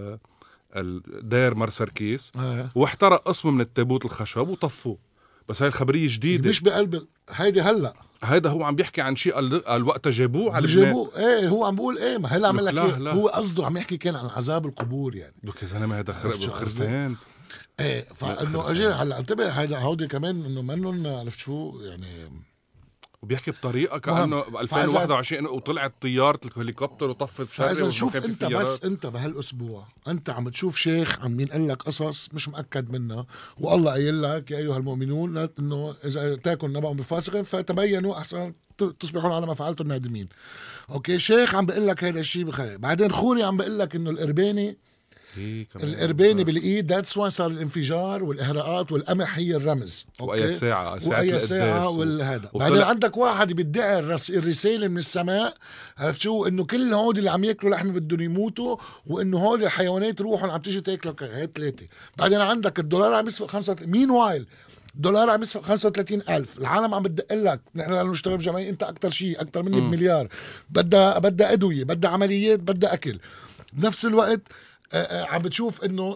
دير مرسركيس واحترق قسم من التابوت الخشب وطفوه. بس هاي الخبرية جديدة مش بقلب هيدي هلا هيدا هو عم بيحكي عن شيء الوقت جابوه على بجيبوه. ايه هو عم بقول ايه، ما هلا عمل لك لا إيه؟ لا. هو قصده عم يحكي كان عن عذاب القبور يعني. دوك يا زلمه هذا خرفان. ايه فانه اجي هلا انتبه هيدا هودي كمان انه منن عرفت شو يعني، وبيحكي بطريقه مهم. كانه ب 2021 وطلعت طياره الهليكوبتر وطفت شري فاذا شوف وما كان في انت بس سيارات. انت بهالاسبوع انت عم تشوف شيخ عم ينقل لك قصص مش مأكد منها، والله قايل لك يا ايها المؤمنون انه اذا اتاكم نبأ بفاسق فتبينوا احسن تصبحون على ما فعلتم نادمين. اوكي شيخ عم بقول لك هذا الشيء بخير، بعدين خوري عم بقول لك انه الارباني بالايد ذاتس واي صار الانفجار والاهراءات والقمح هي الرمز. واي ساعه واي ساعه والهذا بعدين عندك واحد بيدعي الرساله من السماء عرفت شو انه كل هود اللي عم ياكلوا لحمه بدهم يموتوا، وانه هول الحيوانات روحهم عم تيجي تاكلوا هي ثلاثه. بعدين عندك الدولار عم يسوق 35 مين وايل دولار عم يسوق 35,000. العالم عم بتدق لك نحن نشتغل بجمعيه انت اكثر شيء اكثر مني بمليار، بدها ادويه بدها عمليات بدها اكل. بنفس الوقت عم بتشوف انه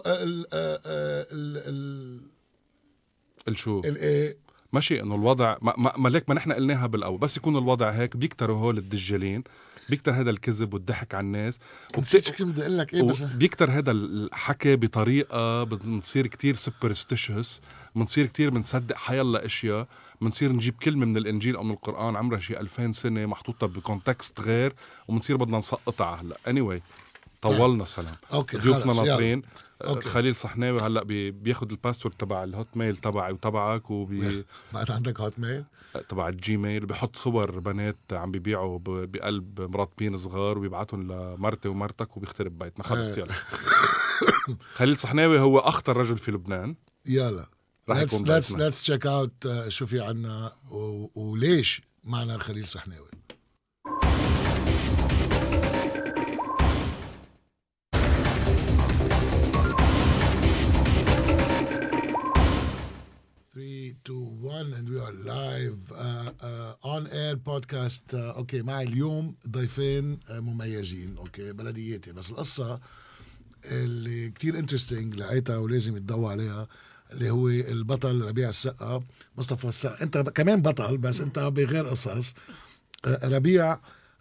شو ماشي انه الوضع ما ليك ما نحن قلناها بالاول، بس يكون الوضع هيك بيكتروا هول الدجالين، بيكتر هذا الكذب والضحك على الناس بدي اقول لك ايه بس بيكتر هذا الحكي بطريقه بنصير كتير سوبرستيشس، بنصير كتير بنصدق حيالله اشياء، بنصير نجيب كلمه من الانجيل او من القران عمرها شي 2000 سنه محطوطه بكونتكست غير وبنصير بدنا نسقطها هلا. anyway طولنا سلام. ضيوفنا ناطرين. خليل صحناوي هلا بياخد الباسورد تبع الهوت ميل تبعي وتبعك بعد عندك هوت ميل تبع الجيميل، بيحط صور بنات عم بيبيعوا بقلب مرطبين صغار وبيبعتهم لمرتي ومرتك وبيخترب بيتنا. خلص يلا. خليل صحناوي هو اخطر رجل في لبنان. يلا let's check out شو في عنا وليش معنا خليل صحناوي. and we are live on air podcast. اوكي معي اليوم ضيفين مميزين اوكي بلدياتي، بس القصة اللي كتير انترستينج لقيتها ولازم يتضوى عليها اللي هو البطل ربيع السقا مصطفى السقا. انت كمان بطل بس انت بغير قصص. ربيع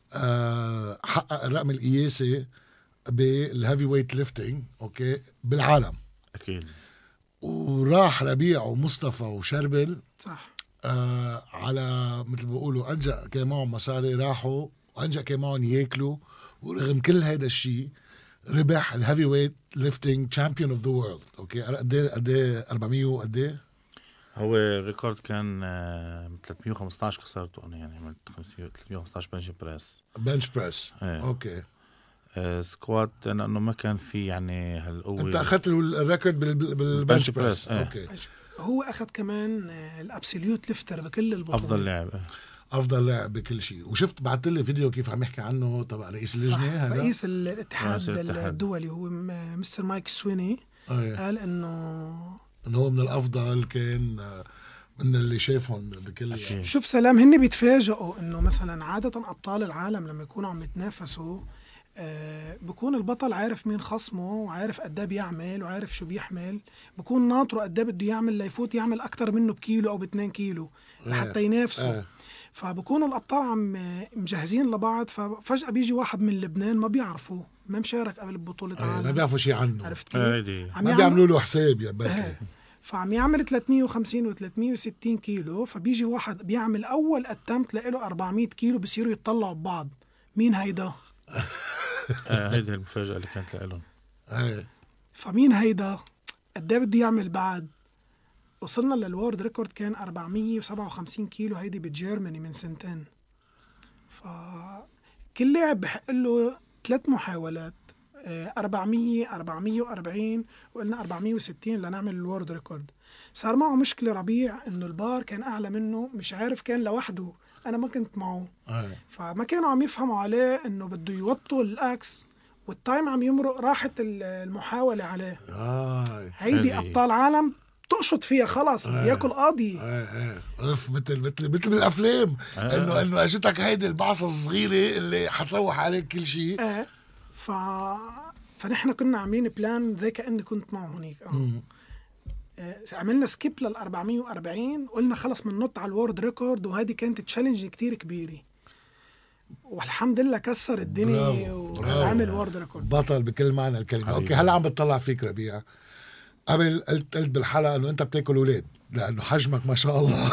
حقق الرقم القياسي بالهيفي ويت ليفتنج اوكي بالعالم اكيد، وراح ربيع ومصطفى وشربل صح على مثل ما بيقولوا انجا كان معهم مصاري راحوا وانجا كان معهم ياكلوا، ورغم كل هذا الشيء ربح الهيفي ويت ليفتنج تشامبيون اوف ذا وورلد. اوكي قد ايه 400 وقد ايه هو الريكورد كان 315 كسرته انا، يعني عملت 315 بنش بريس اوكي. سكوات لانه ما كان في يعني هالقوه. انت اخذت الريكورد بالبنش بريس اوكي. هو اخذ كمان الابسوليوت ليفتر بكل البطولات، افضل لاعب بكل شيء. وشفت بعثت لي فيديو كيف عم يحكي عنه تبع رئيس اللجنه هذا رئيس الاتحاد الدولي هو مستر مايك سويني. قال انه هو من الافضل، كان من اللي شافهم بكل شوف سلام هن بيتفاجئوا انه مثلا عاده ابطال العالم لما يكونوا عم يتنافسوا بكون البطل عارف مين خصمه وعارف قد ايه بيعمل وعارف شو بيحمل، بكون ناطره قد ايه بده يعمل ليفوت يعمل اكتر منه بكيلو او ب2 كيلو لحتى ينافسوا. فبكونوا الابطال عم مجهزين لبعض، ففجاه بيجي واحد من لبنان ما بيعرفوه، ما مشارك قبل بطوله عالم، ما بيعرفوا شيء عنه، عرفت كيف؟ ما بيعملوا له حساب يا بركي. فعم يعمل 350 و360 كيلو، فبيجي واحد بيعمل اول اتمت له 400 كيلو، بيصيروا يتطلعوا ببعض مين هيدا؟ هيدي المفاجأة اللي كانت لهم. فمين هيدا؟ قد ايه بده يعمل بعد؟ وصلنا للورد ريكورد كان 457 كيلو، هيدي بجيرماني من سنتين. فكل لاعب بحق له 3 محاولات، 400 440 وقلنا 460 لنعمل الورد ريكورد. صار معه مشكلة ربيع انه البار كان اعلى منه، مش عارف كان لوحده، انا ما كنت معه. فما كانوا عم يفهموا عليه انه بده يوطوا الاكس والتايم عم يمرق، راحت المحاولة عليه. هيدي ابطال عالم تقشط فيها خلاص بياكل قاضي. مثل بالافلام انه اجتك هيدي البعصة الصغيرة اللي حتروح عليك كل شيء. فنحن كنا عاملين بلان زي كأني كنت معه هنيك. عملنا سكيب لل 440، قلنا خلص بننط على الورد ريكورد، وهذه كانت تشالنج كتير كبيرة، والحمد لله كسر الدنيا وعمل وورد ريكورد. بطل بكل معنى الكلمة. اوكي هلا عم بتطلع فيك ربيع، قبل قلت بالحلقة انه انت بتاكل اولاد لانه حجمك ما شاء الله.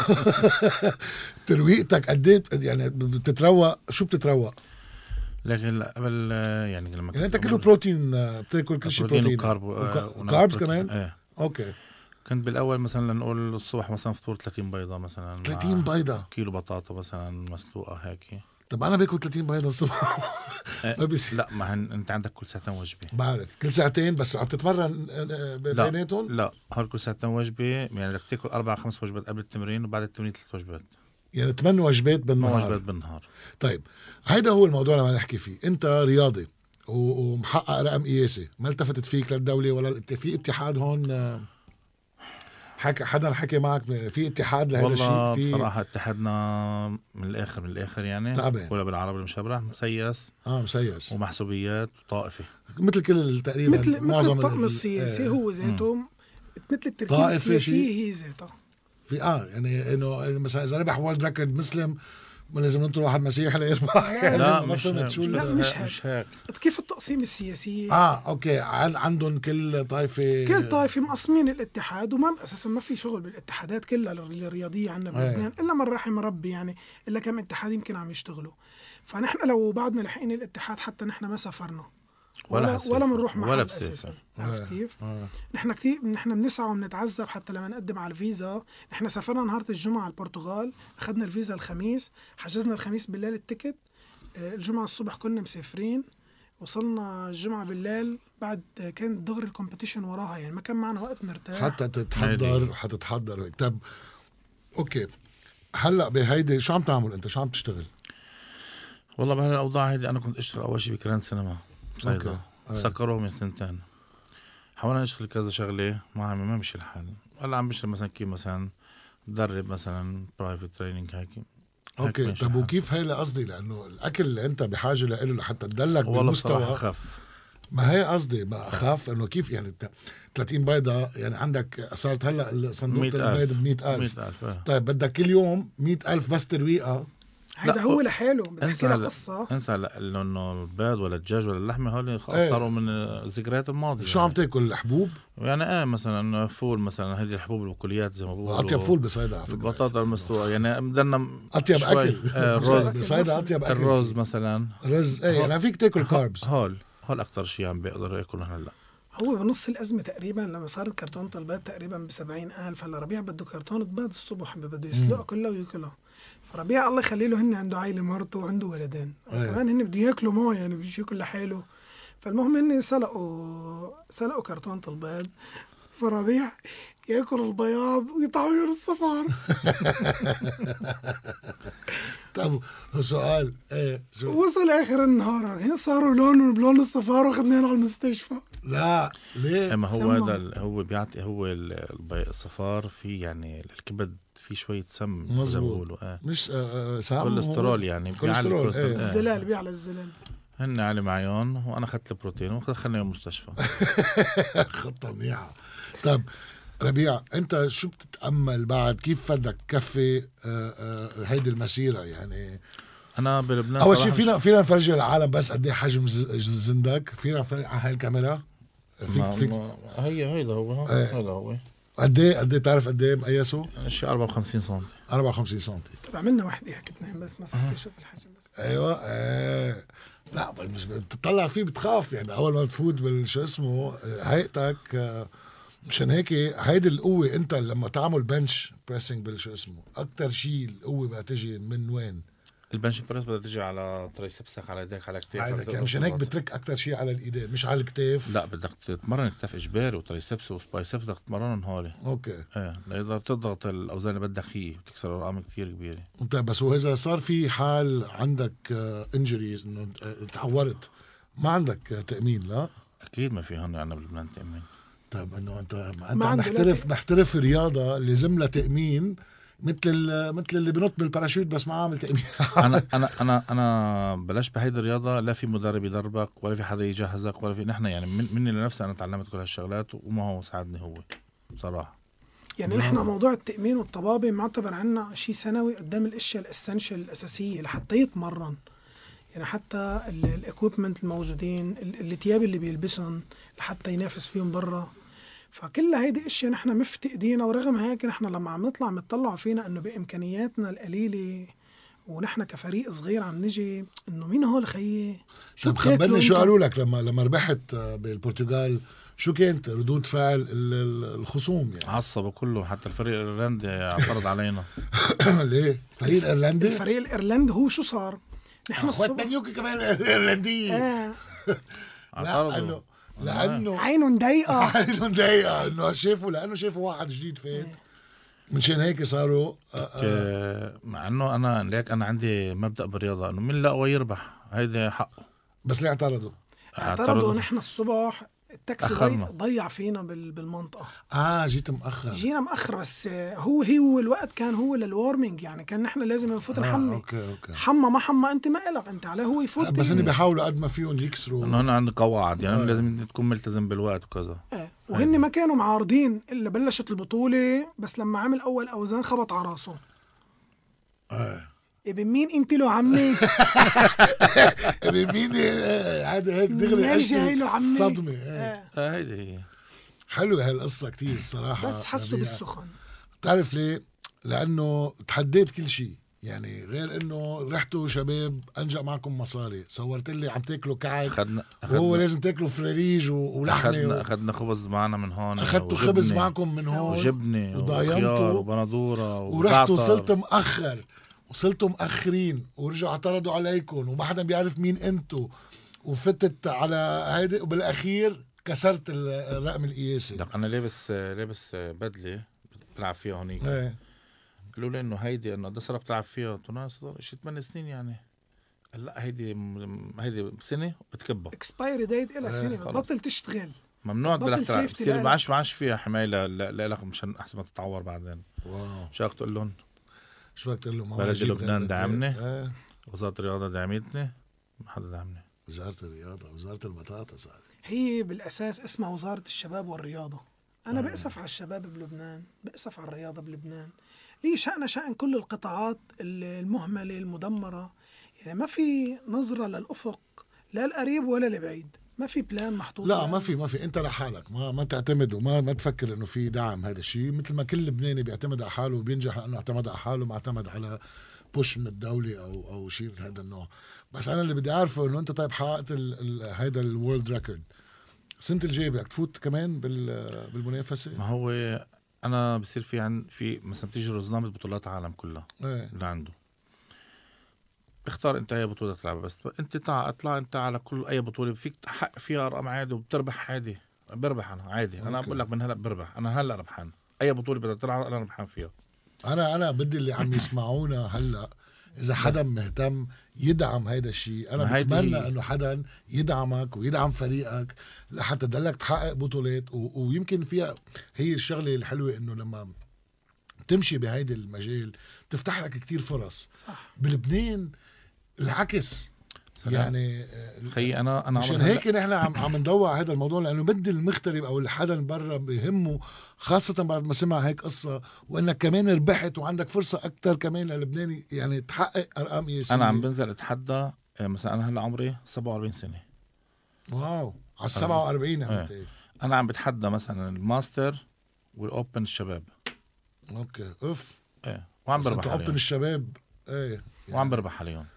ترويقتك قد ايه يعني بتتروق؟ شو بتتروق؟ لكن قبل يعني لما يعني انت كله بروتين، بتاكل كل شيء بروتين وكاربس كمان. ايه. اوكي. كنت بالاول مثلا نقول الصبح مثلا فطور 30 بيضه مثلا، 30 بيضه، كيلو بطاطا مثلا مسلوقه هيك. طب انا باكل 30 بيضه الصبح. ما بيصير. لا ما انت عندك كل ساعتين وجبه. بعرف كل ساعتين، بس عم تتمرن بيناتهم؟ لا هول كل ساعتين وجبه، يعني بدك تاكل 4-5 وجبات قبل التمرين، وبعد التمرين 3 وجبات، يعني 8 وجبات بالنهار. 8 وجبات بالنهار. طيب هيدا هو الموضوع اللي نحكي فيه. انت رياضي ومحقق رقم قياسي، ما التفتت فيك للدوله ولا في اتحاد هون؟ حدا حكي معك في اتحاد لهذا الشيء؟ والله بصراحه اتحادنا من الاخر يعني تعبان، ولا بالعربي المشبرح مسيس. مسيس ومحسوبيات وطائفي، مثل كل تقريبا مثل الطقم السياسي هو ذاته، مثل التركيبه السياسيه هي ذاتها. في يعني انه مثلا اذا ربح وورلد ريكورد مسلم ما لازم ننطر واحد مسيحي ليربح. يعني لا مش هيك. كيف التقسيم السياسي؟ اوكي عندهم كل طائفه مقسمين الاتحاد، وما اساسا ما في شغل بالاتحادات كلها الرياضيه عندنا بلبنان الا من رحم ربي، يعني الا كم اتحاد يمكن عم يشتغلوا. فنحن لو بعدنا لحقين الاتحاد حتى نحن ما سافرنا ولا بنروح محل اساسا. عرفت كيف؟ نحن بنسعى وبنتعذب حتى لما نقدم على الفيزا. نحن سافرنا نهارة الجمعة على البرتغال، اخذنا الفيزا الخميس، حجزنا الخميس بالليل التيكت، الجمعة الصبح كنا مسافرين، وصلنا الجمعة بالليل بعد كان دغري الكومبيتيشن وراها، يعني ما كان معنا وقت نرتاح حتى حتتحضر هيك. طب اوكي هلا بهيدي شو عم تعمل انت؟ شو عم تشتغل؟ والله بهالاوضاع هيدي انا كنت اشتغل اول شيء بكران سينما صيدا، سكروه من 2 حاولنا نشتغل كذا شغله ما مشي الحال. هلا عم بشتغل مثلا كيف مثلا بدرب مثلا برايفت تريننج هيك. اوكي طب وكيف هي قصدي؟ لانه الاكل اللي انت بحاجه له لحتى تدلك بالمستوى خف. ما هي قصدي بقى اخاف انه كيف يعني 30 بيضه يعني عندك صارت هلا صندوق البيض ب 100,000. طيب بدك كل يوم 100,000 بس ترويقه. هيدا هو لحاله بحكي لك قصه. انسى انه البيض ولا الدجاج ولا اللحمه هول صاروا من الذكريات الماضيه. شو عم تاكل؟ الحبوب يعني مثلا فول مثلا، هذه الحبوب البقوليات زي ما بقولوا. اطيب فول بصيدا على فكره، البطاطا المسلوقه يعني بدنا اطيب اكل. الرز بصيدا اطيب اكل. الرز مثلا رز يعني فيك تاكل كاربز. هول اكثر شيء عم بيقدروا ياكلوا هلا. هو بنص الأزمة تقريبا لما صارت كرتونة البيض تقريبا ب70,000. هلا ربيع بده كرتونة بيض الصبح بده يسلقها كلها وياكلها. فربيع الله يخلي له، هن عنده عائلة مرته وعنده ولدين كمان هن بده ياكلوا مويه، يعني بده ياكل لحاله. فالمهم هن سلقوا كرتونة البيض، فربيع ياكل البياض ويطعمر الصفار. طب سؤال وصل آخر النهار صاروا لونهم بلون الصفار واخدناهم على المستشفى. لا ليه؟ ما هو هذا هو بيعطي هو الصفار في يعني الكبد في شوية سم مظبوط. مش سم كوليسترول يعني كوليسترول. الزلال بيعلى الزلال. هن علي معيون وانا اخذت البروتين ودخلنا المستشفى. خطة منيحة. طب ربيع انت شو بتتأمل بعد؟ كيف بدك تكفي هيدي المسيرة يعني؟ انا بلبنان اول شيء فينا نفرجي العالم بس قد ايه حجم زندك؟ فينا على هاي الكاميرا فيك هيدا هو قد ايه بتعرف قد ايه مقيسه؟ شيء 54 سم. 54 سم. طب عملنا وحده هيك اثنين بس مسكت اشوف الحجم بس. ايوه لا مش بتطلع فيه بتخاف يعني اول ما تفوت بالشو اسمه هيئتك. مشان هيك هيدي القوه انت لما تعمل بنش بريسنج بالشو اسمه اكثر شيء القوه بقى تجي من وين؟ البنش بريس بدها تجي على تريسبسك، على ايديك، على كتافك. يعني مشان هيك بترك اكثر شيء على الايدين مش على الكتاف. لا بدك تتمرن كتاف اجباري وتريسبس وسبايسبس بدك تتمرنهم هولي. اوكي ليقدر تضغط الاوزان اللي بدك هي بتكسر ارقام كتير كبيره. انت بس واذا صار في حال عندك انجريز انه تعورت ما عندك تامين؟ لا اكيد ما في هون عندنا بلبنان تامين. طب انه انت محترف رياضه لازم لها تامين مثل اللي بنط بالباراشوت بس ما عامل تامين. انا بلاش بهيدي الرياضه لا في مدرب يدربك ولا في حدا يجهزك ولا في. نحن يعني مني لنفسي انا تعلمت كل هالشغلات وما هو ساعدني هو بصراحه. يعني نحن موضوع التأمين والطبابة معتبر عنا شيء سنوي قدام الاشياء الاسنشال الاساسية لحتى يتمرن. يعني حتى الاكويبمنت الموجودين، الثياب اللي بيلبسهم لحتى ينافس فيهم برا. فكل هيدي اشياء نحن مفتقدينها، ورغم هيك نحن لما عم نطلع متطلعوا فينا انه بامكانياتنا القليله ونحن كفريق صغير عم نجي انه مين هول خيي. طب خبرني شو قالوا لك لما ربحت بالبرتغال؟ شو كانت ردود فعل الخصوم يعني؟ عصبوا كله، حتى الفريق الايرلندي اعترض علينا. ليه؟ الفريق الايرلندي؟ الفريق الايرلندي هو شو صار؟ نحن اخوات بنيوكي كمان ايرلنديين. اعترضوا لانه عينه مضايقه انه شافوا واحد جديد فات. منشان هيك صاروا مع انه انا ليك انا عندي مبدأ بالرياضه انه من لقوا يربح هيدا حقه. بس ليه اعترضوا؟ نحن الصبح التاكسي ضيع فينا بالمنطقه. جينا مأخر بس هو الوقت كان هو للوارمينج، يعني كان نحن لازم نفوت نحمي. أوكي. حمى ما حمى انت ما إلك، انت عليه هو يفوت. بس هن بيحاولوا قد ما فيهم يكسروا انه هن عندنا قواعد، يعني لازم تكون ملتزم بالوقت وكذا. وهن ما كانوا معارضين الا بلشت البطوله، بس لما عمل اول اوزان خبط على راسه. ابن مين انت له عمي؟ ابن مين؟ عادي هيك دغري صدمه. هيدي هي حلوه هالقصه كتير الصراحه، بس حسوا بالسخن. بتعرف ليه؟ لانه تحديت كل شيء، يعني غير انه رحتوا شباب انجأ معكم مصاري، صورت لي عم تاكلوا كعك وهو لازم تاكلوا فريج ولحمه. اخذنا خبز معنا من هون، اخذتوا خبز معكم من هون وجبنه وضايمتوا وبندوره ورحتوا وصلتوا مأخرين ورجعوا اعترضوا عليكم وما حدا بيعرف مين انتوا، وفتت على هيدي، وبالاخير كسرت الرقم القياسي. انا لابس بدله بلعب فيها هونيك. قالوا لي انه هيدي انه قد صار بتلعب فيها؟ قلت له صار شي 8 سنين يعني. لا هيدي سنه بتكبها اكسبايري ديت الى سنه بتبطل تشتغل، ممنوع تلعب. بصير معاش فيها حمايه لك مشان احسن ما تتعور بعدين. واو. شو بدك تقول لهم؟ بلد لبنان دعمني، وزارة الرياضة دعمتني، ما حدا دعمني. وزارة الرياضة، وزارة البطاطس هي بالأساس اسمها وزارة الشباب والرياضة. أنا بأسف على الشباب بلبنان، بأسف على الرياضة بلبنان. ليه شأن كل القطاعات المهملة المدمرة، يعني ما في نظرة للأفق لا القريب ولا البعيد، ما في بلان محطوط. لا ما في انت لحالك ما تعتمد وما تفكر انه في دعم. هذا الشيء مثل ما كل لبناني بيعتمد على حاله وبينجح لانه اعتمد على حاله، ما اعتمد على بوش من الدولة او شيء من هذا النوع. بس انا اللي بدي اعرفه انه انت طيب حققت هيدا الورلد ريكورد، السنة الجاية بدك تفوت كمان بالمنافسة؟ ما هو انا بصير في مثلا بتيجي رزنامة بطولات العالم كلها اللي عنده، اختار انت اي بطولة تلعبها، بس انت اطلع انت على كل اي بطولة فيك تحقق فيها ارقام عادي وبتربح عادي. بربح انا عادي. انا بقول لك من هلا بربح، انا هلا ربحان اي بطولة بدها تلعب انا ربحان فيها. انا بدي اللي عم يسمعونا هلا اذا حدا مهتم يدعم هيدا الشيء. انا بتمنى انه حدا يدعمك ويدعم فريقك لحتى تضلك تحقق بطولات ويمكن فيها هي الشغله الحلوه انه لما تمشي بهيدا المجال تفتح لك كتير فرص. صح. بلبنان العكس يعني خي انا عشان هيك نحن عم ندور على هذا الموضوع، لانه بدي المغترب او الحدا برا بيهمه، خاصه بعد ما سمع هيك قصه وانك كمان ربحت وعندك فرصه اكثر كمان للبناني يعني تحقق ارقام قياسيه. انا عم بنزل اتحدى مثلا، انا هلا عمري 47 سنه. واو على 47 انا عم بتحدى مثلا الماستر والاوبن الشباب. اوكي اوف وعم بربح عليهم. اوبن الشباب يعني. وعم بربح عليهم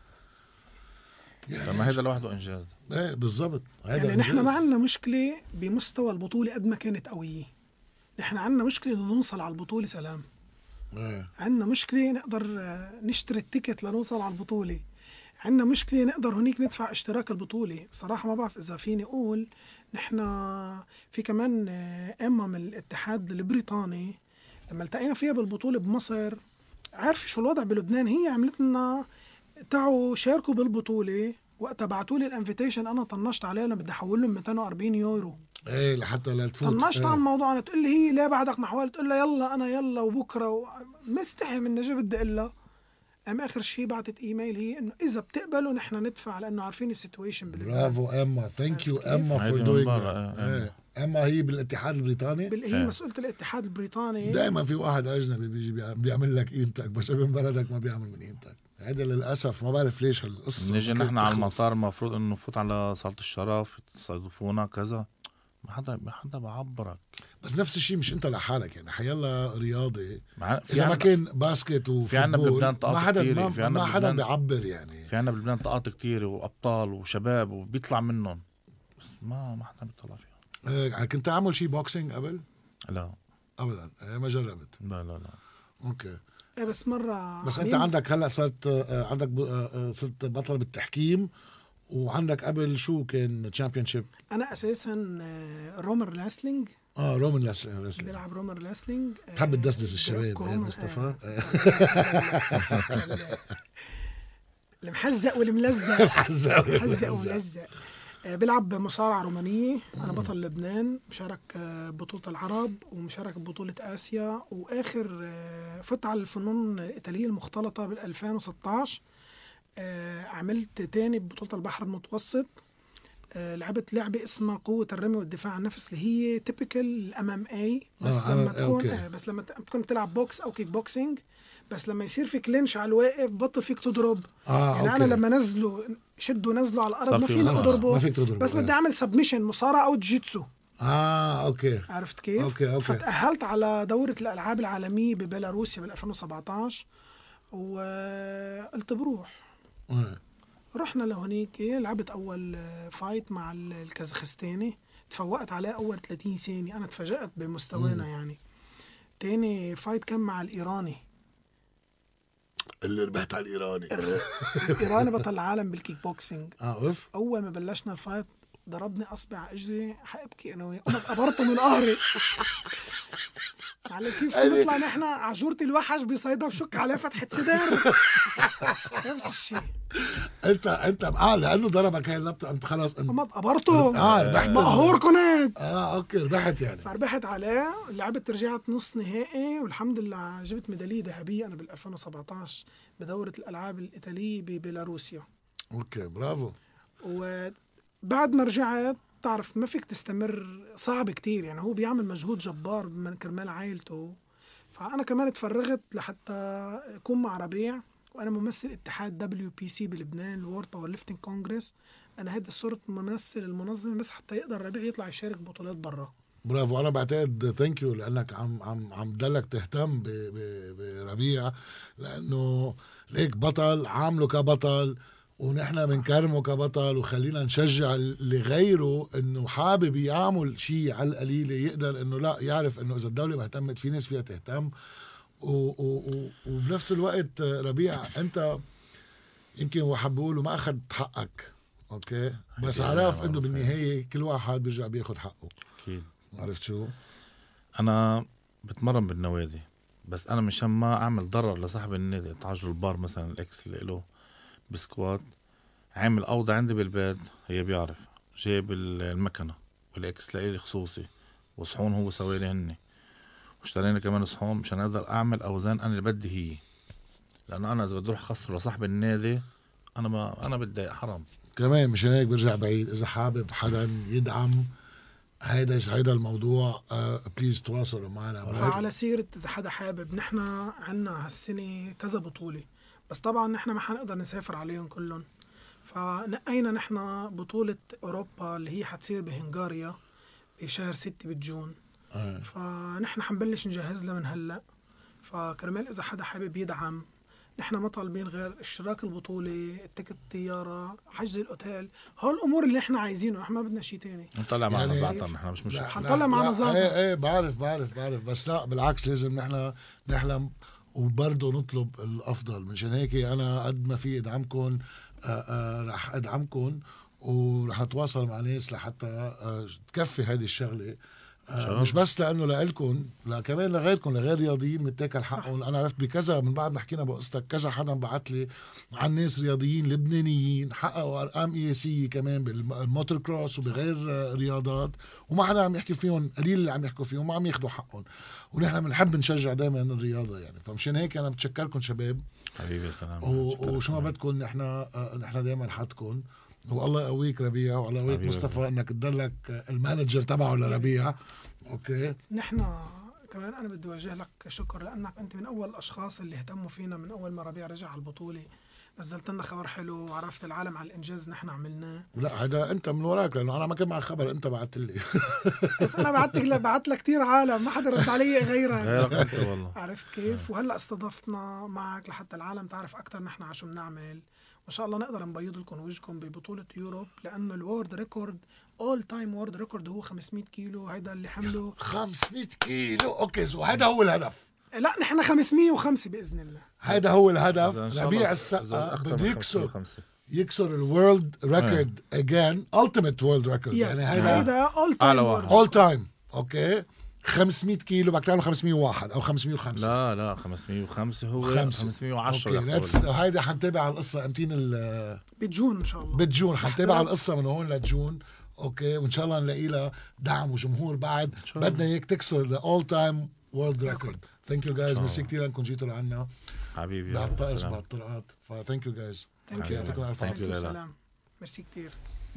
يعني فما هذا لوحده انجاز. بالضبط. يعني نحن ما عندنا مشكله بمستوى البطوله قد ما كانت قويه، نحن عندنا مشكله انه نوصل على البطوله سلام. عندنا مشكله نقدر نشتري التيكت لنوصل على البطوله، عندنا مشكله نقدر هنيك ندفع اشتراك البطوله. صراحه ما بعرف اذا فيني اقول نحن في كمان من الاتحاد البريطاني لما التقينا فيها بالبطوله بمصر، عارف شو الوضع بلبنان، هي عملت لنا تعوا شاركوا بالبطولة. وقت بعتوا لي الانفيتيشن انا طنشت عليها، بدي احول لهم 240 يورو لحتى لا تفوت. طنشت عن الموضوع. انا تقول لي هي لا بعدك محاولة، تقول لها يلا انا يلا وبكره مستحي من نجي بدي اقول لها. اخر شيء بعتت ايميل هي انه اذا بتقبلوا نحن ندفع، لانه عارفين السيتويشن برافو اما، ثانك يو اما فور دوينج. اما هي بالاتحاد البريطاني هي مسؤولة الاتحاد البريطاني. دائما في واحد اجنبي بيجي بيعمل لك قيمتك، بس ابن بلدك ما بيعمل من قيمتك. هذا للاسف ما بعرف ليش هالقصه. نيجي نحن على المطار المفروض انه نفوت على صالة الشرف يستضيفونا كذا، ما حدا بعبرك. بس نفس الشيء مش انت لحالك يعني، حيلا رياضي اذا ما كان باسكت وفوتبول ما حدا ما حدا بيعبر يعني. في عنا بلبنان طاقات كتير وابطال وشباب وبيطلع منهم، بس ما حدا بيطلع فيهم. كنت اعمل شيء بوكسينج قبل؟ لا ابدا ما جربت. لا اوكي. بس مرة بس انت عندك هلا صرت عندك صرت بطل بالتحكيم، وعندك قبل شو كان تشامبيونشيب؟ انا اساسا رومر لاسلينج. رومان لاسلينج بيلعب رومر لاسلينج. تحب تدسدس الشباب مصطفى. المحزق والملزق. محزق وملزق. بيلعب مصارعة رومانية. أنا بطل لبنان، مشارك بطولة العرب ومشارك ببطولة آسيا، وآخر فت على الفنون الإيطالية المختلطة بال2016. عملت تاني ببطولة البحر المتوسط. لعبت لعبة اسمها قوة الرمي والدفاع عن النفس، اللي هي تيبيكال MMA، بس لما تكون بس لما تكون بتلعب بوكس أو كيك بوكسينج، بس لما يصير في كلينش على الواقف بطل فيك تضرب. يعني أنا لما شدوا نزلوا على الأرض ما فيني أضربه، بس بدي أعمل سبميشن، مصارعة أو جيتسو. اوكي. عرفت كيف؟ أوكي. فتأهلت على دورة الألعاب العالمية ببيلاروسيا بال2017، وقلت بروح. رحنا لهونيك، لعبت أول فايت مع الكازاخستاني، تفوقت عليه أول 30 ثانية. أنا تفاجأت بمستوانا يعني. تاني فايت كان مع الإيراني اللي ربحت على الإيراني. الإيراني بطل العالم بالكيك بوكسينج. اوف. أول ما بلشنا الفايت ضربني أصبع اجري، حابكي أنا وياه، أنا قبرته من قهري. على كيف نطلع نحن عجورة الوحش بصيدا بشك عليه فتحة صدر. نفس الشيء. انت لانه ضربك هاي اللبطه انت خلاص ما قبرته. ربحت. مقهور كنت. اوكي ربحت يعني. فربحت عليه. لعبت رجعت نص نهائي، والحمد لله جبت ميدالية ذهبية أنا بال2017 بدورة الألعاب الإيطالية ببيلاروسيا. اوكي برافو. وبعد ما رجعت تعرف ما فيك تستمر، صعب كتير يعني، هو بيعمل مجهود جبار من كرمال عائلته. فأنا كمان تفرغت لحتى أكون مع ربيع، وأنا ممثل اتحاد WPC بلبنان، الورد باور ليفتنج كونغرس. أنا هيدا صورة ممثل المنظمة بس حتى يقدر ربيع يطلع يشارك بطولات برا. برافو. أنا بعتقد ثانك يو لأنك عم دلك تهتم بربيع، لأنه ليك بطل عامله كبطل، ونحن بنكرمه كبطل، وخلينا نشجع اللي غيره انه حابب يعمل شيء على القليله يقدر انه لا يعرف انه اذا الدوله مهتمت في ناس فيها تهتم. وبنفس الوقت ربيع انت يمكن واحد بيقولوا ما اخذت حقك، اوكي، بس عرف انه بالنهايه كل واحد بيرجع بياخد حقه. اكيد. عرفت شو؟ انا بتمرن بالنوادي، بس انا مشان ما اعمل ضرر لصاحب النادي، تعجل البار مثلا الاكس اللي له بسكوات، عامل أوضة عندي بالبيت، هي بيعرف جايب المكنة والإكس لإلي خصوصي، وصحون هو سوي لي هني، واشترينا كمان صحون مشان أقدر أعمل أوزان أنا اللي بدي هي، لأنه أنا إذا بدي أروح خسر لصاحب النادي أنا بتضايق، حرام. كمان مشان هيك برجع بعيد، إذا حابب حدا يدعم هيدا الموضوع بليز تواصلوا معنا. فعلى سيرة إذا حدا حابب، نحن عنا هالسنة كذا بطولة، بس طبعا نحن ما حنقدر نسافر عليهم كلهم. فنقينا نحن بطولة أوروبا اللي هي حتصير بهنغاريا بشهر 6 بالجون. فنحن حنبلش نجهز لها من هلأ. فكرمال إذا حدا حابب يدعم، نحن ما طالبين غير اشتراك البطولة، التيكت الطيارة، حجز الأوتيل، هول الأمور اللي نحن عايزينه، نحن ما بدنا شيء تاني. نطلع معنا زعتر، نحن مش مشكلة حنطلع معنا زعتر. ايه بعرف بس لا بالعكس، لازم نحن نحلم وبرضه نطلب الأفضل. مشان هيك أنا قد ما في أدعمكم رح أدعمكم، ورح نتواصل مع ناس لحتى تكفي هذه الشغلة، مش بس لأنه لإلكم، لا كمان لغيركم، لغير رياضيين متاكل حقهم. أنا عرفت بكذا من بعد ما حكينا بقصتك كذا حدا بعت لي عن ناس رياضيين لبنانيين حققوا أرقام قياسية كمان بالموتور كروس وبغير رياضات، وما حدا عم يحكي فيهم، قليل اللي عم يحكوا فيهم، ما عم ياخدوا حقهم. ونحن بنحب نشجع دائما الرياضة يعني. فمشان هيك أنا بتشكركم شباب حبيبي. سلام. وشو ما بدكم، نحن دائما حدكم، والله يقويك ربيع، والله يقويك مصطفى انك تضلك المانجر تبعه لربيع. اوكي نحن كمان انا بدي اوجه لك شكر لانك انت من اول الاشخاص اللي اهتموا فينا من اول ما ربيع رجع على البطوله. نزلت لنا خبر حلو وعرفت العالم على الانجاز نحن عملناه. لا هذا انت من وراك، لانه انا ما كان معي خبر، انت بعت لي. بس انا بعت لك كثير عالم ما حدا رد علي غيرك. انت والله. عرفت كيف؟ وهلا استضفتنا معك لحتى العالم تعرف اكثر نحن على شو بنعمل، وان شاء الله نقدر نبيض لكم وجهكم ببطوله يوروب، لانه الورد ريكورد اول تايم وورد ريكورد هو 500 كيلو. هيدا اللي حمله 500 كيلو. اوكي سو هذا هو الهدف. لا نحن 505 باذن الله. هذا هو الهدف. ربيع السقا بده يكسر الورلد ريكورد اجين، التيميت وورلد ريكورد. يعني هيدا اول تايم اول تايم. اوكي 500 كيلو بدك تعمل 501 او 505. لا 505 هو 510. اوكي هيدا حنتابع على القصه امتين بجون ان شاء الله. بجون حنتابع على القصه من هون لجون. اوكي وان شاء الله نلاقي لها دعم وجمهور بعد. بدنا اياك تكسر الاول تايم وورلد ريكورد. ثانك يو جايز، ميرسي كثير انكم جيتوا لعنا حبيبي بهالطقس بهالطرقات. فثانك يو جايز. يعطيكم الف سلام. ميرسي كثير.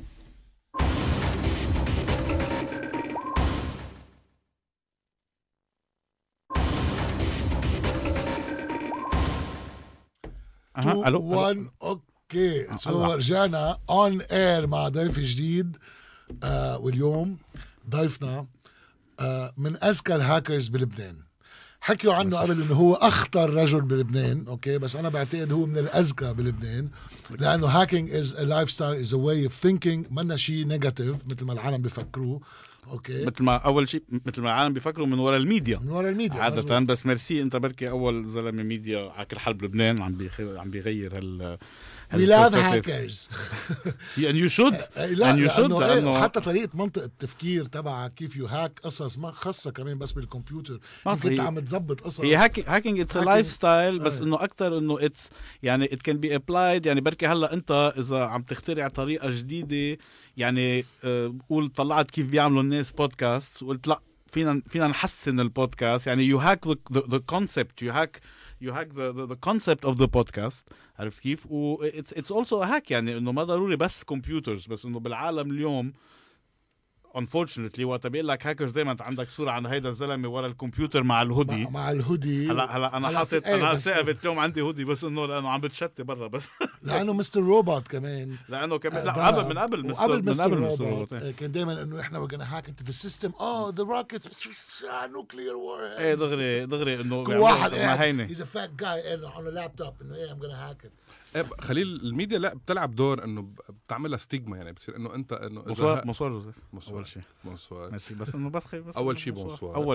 الو اوكي سو رجعنا اون اير مع ضيف جديد. واليوم ضيفنا من اذكى الهاكرز بلبنان. حكيوا عنه قبل انه هو اخطر رجل بلبنان. اوكي بس انا بعتقد هو من الاذكى بلبنان، لانه هاكينج از ا لايف ستايل، از ا واي اوف ثينكينج، منا شيء نيجاتيف مثل ما العالم بيفكروه. اوكي مثل ما اول شيء مثل ما العالم بيفكروا من وراء الميديا، عادة مزبوط. بس ميرسي انت بركي اول زلمه ميديا على كل حال بلبنان عم بيغير هال We love hackers. and you should. لأنه حتى طريقة منطق التفكير تبع كيف يهاك قصص ما خاصة كمان بس بالكمبيوتر. كنت عم تزبط قصص. هي هاكينج اتس ا لايف ستايل، بس انه اكثر انه اتس يعني it can be applied. يعني بركي هلا انت اذا عم تخترع طريقة جديدة، يعني قول طلعت كيف بيعملوا الناس بودكاست وقلت لا فينا نحسن البودكاست. يعني you hack the concept, you hack the concept of the podcast. عرفت كيف؟ و it's also a hack. يعني انه ما ضروري بس كمبيوترز، بس انه بالعالم اليوم unfortunately وقت بيقول لك هاكرز دايما انت عندك صوره عن هيدا الزلمه ورا الكمبيوتر مع الهودي. مع الهودي هلا انا حاطط انا ثابت اليوم عندي هودي، بس انه لانه عم بتشتي برا بس لانه مستر روبوت كمان. لانه كمان لا من قبل مستر روبوت كان دايما انه احنا we're gonna hack into the system. the rockets nuclear war. ايه دغري انه واحد ما هينه he's a fat guy on a laptop انه I'm gonna hack it. خليل الميديا لا بتلعب دور انه بتعملها ستيغما. يعني بتصير انه انت انه مصور جوزيف اول شيء ماشي، بس انه بس اول شيء بونسوار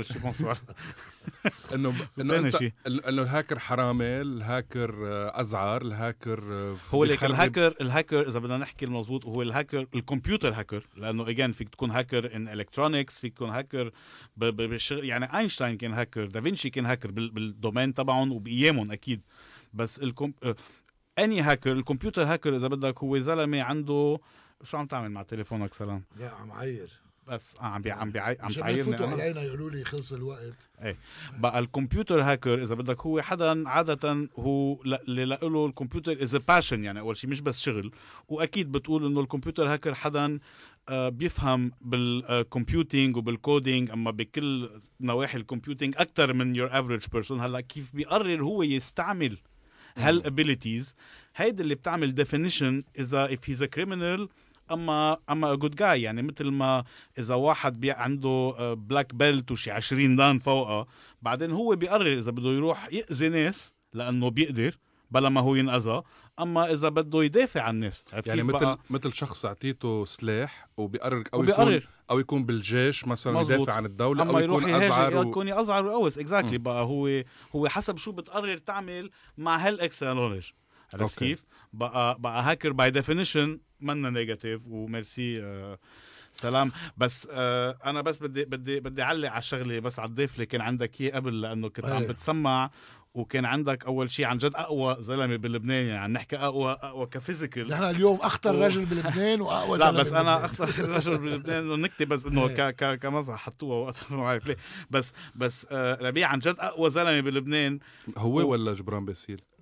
انه انه الهاكر حرامي، الهاكر ازعر، الهاكر هو الهاكر اذا بدنا نحكي المضبوط هو الهاكر الكمبيوتر هاكر. لانه اجين فيك تكون هاكر ان الكترونكس، فيك تكون هاكر بالشغل. يعني اينشتاين كان هاكر، دافنشي كان هاكر بالدومين تبعهم وبايامهم اكيد. بس اني هاكر الكمبيوتر هاكر اذا بدك هو زلمه عنده شو عم تعمل مع تليفونك؟ سلام يا عم عير بس عم تعيرني علينا يقولوا لي خلص الوقت. ايه بقى الكمبيوتر هاكر اذا بدك هو حدا عاده هو اللي له الكمبيوتر از باشن. يعني اول شيء مش بس شغل. واكيد بتقول انه الكمبيوتر هاكر حدا بيفهم بالكمبيوتينج وبالكودينج، اما بكل نواحي الكمبيوتينج اكثر من يور افريج بيرسون. هلا كيف بيقرر هو يستعمل هالابيليتيز هيدا اللي بتعمل definition اذا if he's a criminal اما a good guy. يعني مثل ما اذا واحد عنده بلاك بيلت وشي 20 دان فوقه، بعدين هو بيقرر اذا بده يروح يأذي ناس لانه بيقدر بلا ما هو ينأذى، اما اذا بده يدافع عن الناس. يعني مثل شخص اعطيته سلاح وبيقرر او يكون بالجيش مثلا يدافع عن الدوله، اما يروح يكون ازعر وقوس. اكزاكتلي بقى هو حسب شو بتقرر تعمل مع هالاكسترا نولج. عرفت كيف؟ بقى هاكر باي ديفينيشن منا نيجاتيف. وميرسي سلام. بس انا بس بدي اعلق على الشغله، بس على الضيف اللي كان عندك اياه قبل، لانه كنت عم بتسمع وكان عندك اول شيء عن جد اقوى زلمه بلبنان. يعني نحكي اقوى كفيزيكال. نحن اليوم اخطر رجل بلبنان واقوى زلمه. لا بس انا اخطر رجل بلبنان انه نكتب بس انه كمزح حطوها وقت ما عارف ليه. بس ربيع عن جد اقوى زلمه بلبنان. هو ولا جبران باسيل؟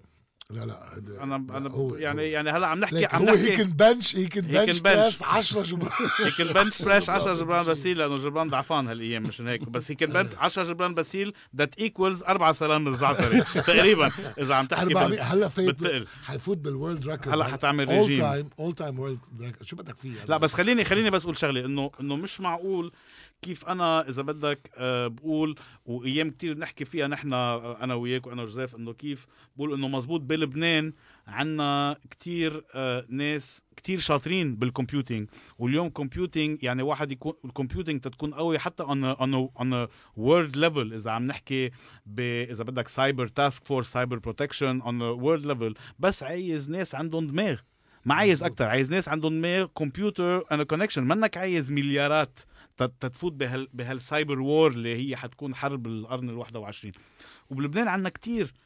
لا انا هو يعني هلا عم نحكي هي كان بنش بريس 10 جبران هي كان بنش بريس 10 جبران بسيل لانه جبران ضعفان هالايام مشان هيك بس هي كان بنش 10 جبران بسيل ذات ايكوالز 4 سلام الزعتري تقريبا اذا عم تحكي هلا بالتقل حيفوت بالورلد ريكورد هلا حتعمل ريجيم اول تايم وورلد ريكورد شو بدك فيه لا بس خليني بس اقول شغله انه مش معقول كيف انا اذا بدك بقول وايام كتير نحكي فيها نحن انا وياك وانا وجوزيف انه كيف بقول انه مزبوط بلبنان عنا كتير ناس كتير شاطرين بالكمبيوتينج واليوم كمبيوتينج يعني واحد يكون الكمبيوتينج تكون قوي حتى on a world level اذا عم نحكي اذا بدك سايبر تاسك فورس سايبر بروتكشن on a world level بس عايز ناس عندهم دماغ ما عايز اكتر عايز ناس عندهم دماغ كمبيوتر اند كونكشن منك عايز مليارات تتفوت بهالسايبر وور اللي هي حتكون حرب القرن ال21 وبلبنان عنا كتير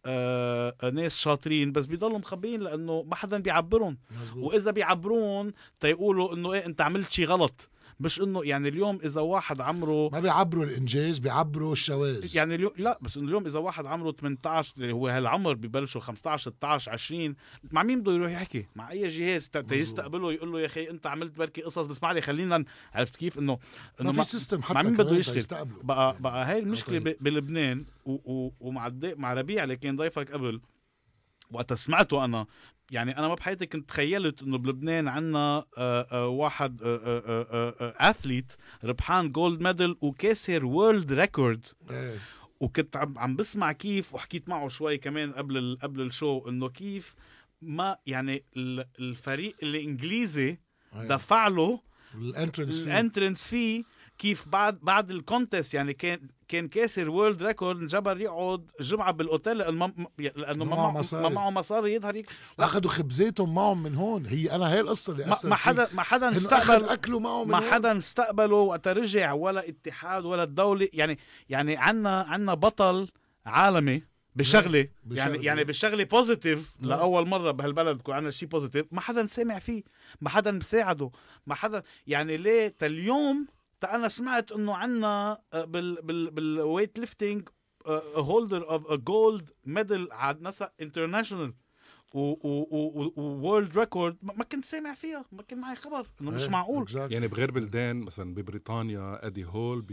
ناس شاطرين بس بيضلوا مخبين لانه ما حدا بيعبرهم واذا بيعبرون تيقولوا انه ايه انت عملت شي غلط مش انه يعني اليوم اذا واحد عمره ما بيعبروا الانجاز بيعبروا الشواذ يعني اليوم لا بس انه اليوم اذا واحد عمره 18 اللي هو هالعمر ببلشوا 15 16 20 مع مين بده يروح يحكي مع اي جهاز يستقبله يقول له يا اخي انت عملت بركي قصص بس معلي خلينا عرفت كيف انه ما في سيستم حتى مع مين بده يشتغل يستقبله. بقى هاي المشكله بلبنان مع ربيع اللي كان ضيفك قبل وقت سمعته انا يعني انا ما بحياتي كنت تخيلت انه بلبنان عنا واحد اثليت ربحان جولد ميدل وكاسر وورلد ريكورد وكنت عم بسمع كيف وحكيت معه شوي كمان قبل الشو انه كيف ما يعني الفريق الانجليزي دفع له الانترنس فيه كيف بعد الكونتست يعني كان كاسر وورلد ريكورد جبر يقعد جمعه بالاوتيل لانه ما معه مصاري يظهر اخذوا خبزاتهم معهم من هون هي القصه اللي ما حدا استقبل اكلوا معهم ما حدا استقبله وقت رجع ولا اتحاد ولا الدوله يعني عنا بطل عالمي بشغله يعني بالشغله بوزيتيف لاول مره بهالبلد بكون عندنا شيء بوزيتيف ما حدا سامع فيه ما حدا مساعده ما حدا يعني ليه اليوم أنا سمعت إنه عنا بالويت ليفتينج هولدر اوف ا جولد ميدل على ناسا انترناشونال وورلد ريكورد ما كنت سامع فيها ما كان معي خبر إنه مش معقول يعني بغير بلدان مثلا ببريطانيا ادي هول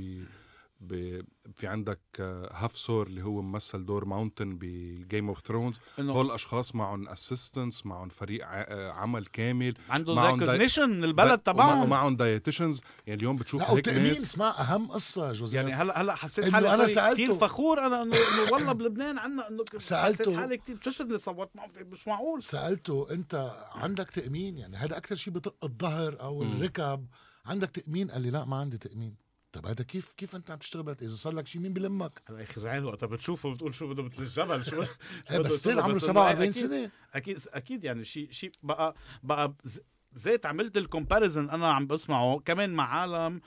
في عندك هافسور اللي هو ممثل دور ماونتن بجيم اوف ثرونز هول الاشخاص معهم اسيستنتس معهم فريق عمل كامل عندهم ريكوجنيشن من البلد تبعهم ومعهم دايتيشنز يعني اليوم بتشوف هيك ناس اسمها اهم قصه جوزيف يعني هلا حسيت حالي انا كثير فخور انا انه والله بلبنان عندنا انه حسيت حالي كثير شو اللي صورت معه مش معقول سالته انت عندك تامين يعني هذا اكثر شيء بطق الظهر او الركب عندك تامين قال لي لا ما عندي تامين طب هذا كيف انت عم تشتغل اذا صار لك شيء مين بلمك هلا اخي زعل وقت بتشوفه بتقول شو بده مثل الجبل شو بس طلع عمره 47 سنه اكيد يعني شيء بقى زيت عملت الكومباريزن انا عم بسمعه كمان مع عالم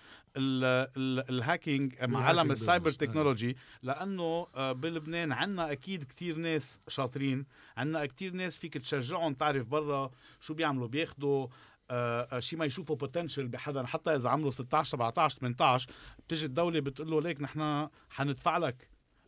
الهاكينج مع عالم السايبر تكنولوجي لانه بلبنان عنا اكيد كتير ناس شاطرين عنا كتير ناس فيك تشجعهم تعرف برا شو بيعملوا بياخدوا شيء ما يشوفوا بوتنشل بحدا حتى اذا عمره 16 17 18 بتيجي الدوله بتقول له ليك نحن حندفع لك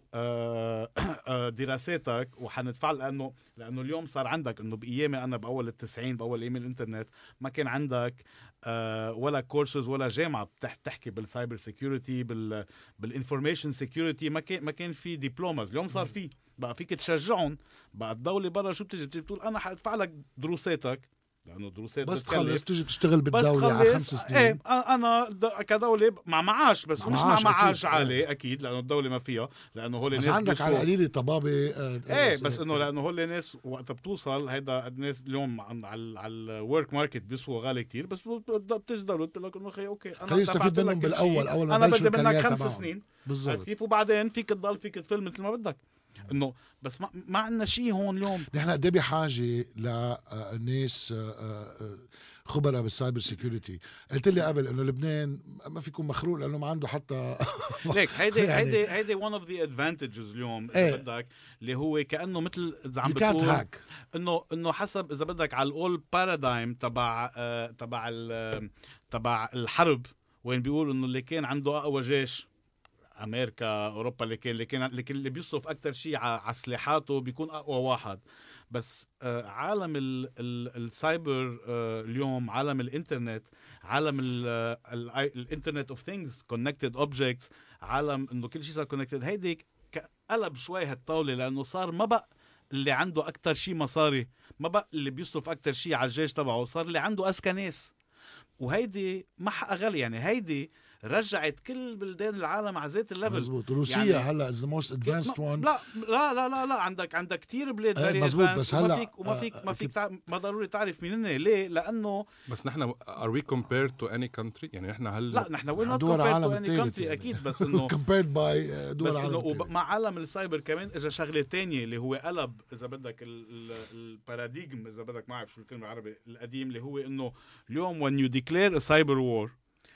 دراساتك وحندفع لانه اليوم صار عندك انه بايامي انا باول التسعين باول ايام الانترنت ما كان عندك ولا كورسز ولا جامعه بتحكي بالسايبر سيكيورتي بالانفورميشن سيكيورتي ما كان في دبلومز اليوم صار في بقى فيك تشجعهم بقى الدوله برا شو بتيجي بتقول انا حادفع لك دروساتك لانه دروسات بس تخلص تيجي تشتغل بالدوله على 5 سنين ايه انا كدوله مع معاش بس مش مع معاش عالي اكيد لانه الدوله ما فيها لانه هول ناس عندك على القليله طبابه ايه بس انه لانه هول ناس وقت بتوصل هيدا الناس اليوم على الورك ماركت بيسووا غالي كتير بس بتيجي الدوله بتقول لك انه اخي اوكي انا استفيد منهم بالاول اول ما انا بدي منك 5 سنين بالضبط كيف وبعدين فيك تضل فيك تفل مثل ما بدك انه بس ما عندنا شيء هون اليوم نحن قد ايه بحاجه لناس خبراء بالسايبر سيكيورتي قلت لي قبل انه لبنان ما في يكون مخروق لانه ما عنده حتى ليك هيدي one of the advantages اليوم اذا بدك اللي هو كانه مثل اذا عم بتقول انه حسب اذا بدك على الاول بارادايم تبع الحرب وين بيقول انه اللي كان عنده اقوى جيش امريكا اوروبا اللي بيصرف اكثر شيء على سلاحاته بيكون اقوى واحد. بس عالم السايبر اليوم، عالم الانترنت، عالم الانترنت اوف ثينجز، كونكتد اوبجكتس، عالم انه كل شيء صار كونكتد، هيدي قلب شوي هالطاوله، لانه صار ما بقى اللي عنده اكثر شيء مصاري، ما بقى اللي بيصرف اكثر شيء على الجيش تبعه، صار اللي عنده اذكى ناس. وهيدي ما حقها غلي، يعني هيدي رجعت كل بلدان العالم على ذات الليفل. مزبوط. روسيا يعني هلا از ذا موست ادفانسد وان. لا عندك كتير بلاد فيري مزبوط. بس هلا ما فيك ما ضروري تعرف مين هن ليه، لانه بس نحن are we compared to any country؟ يعني احنا لا نحن we're not دول compared العالم to any country يعني. اكيد، بس انه compared by دول بس العالم انه مع عالم السايبر كمان اجى شغله تانية اللي هو قلب اذا بدك الباراديجم، اذا بدك ما اعرف شو الكلمه العربي القديم، اللي هو انه اليوم when you declare a cyber war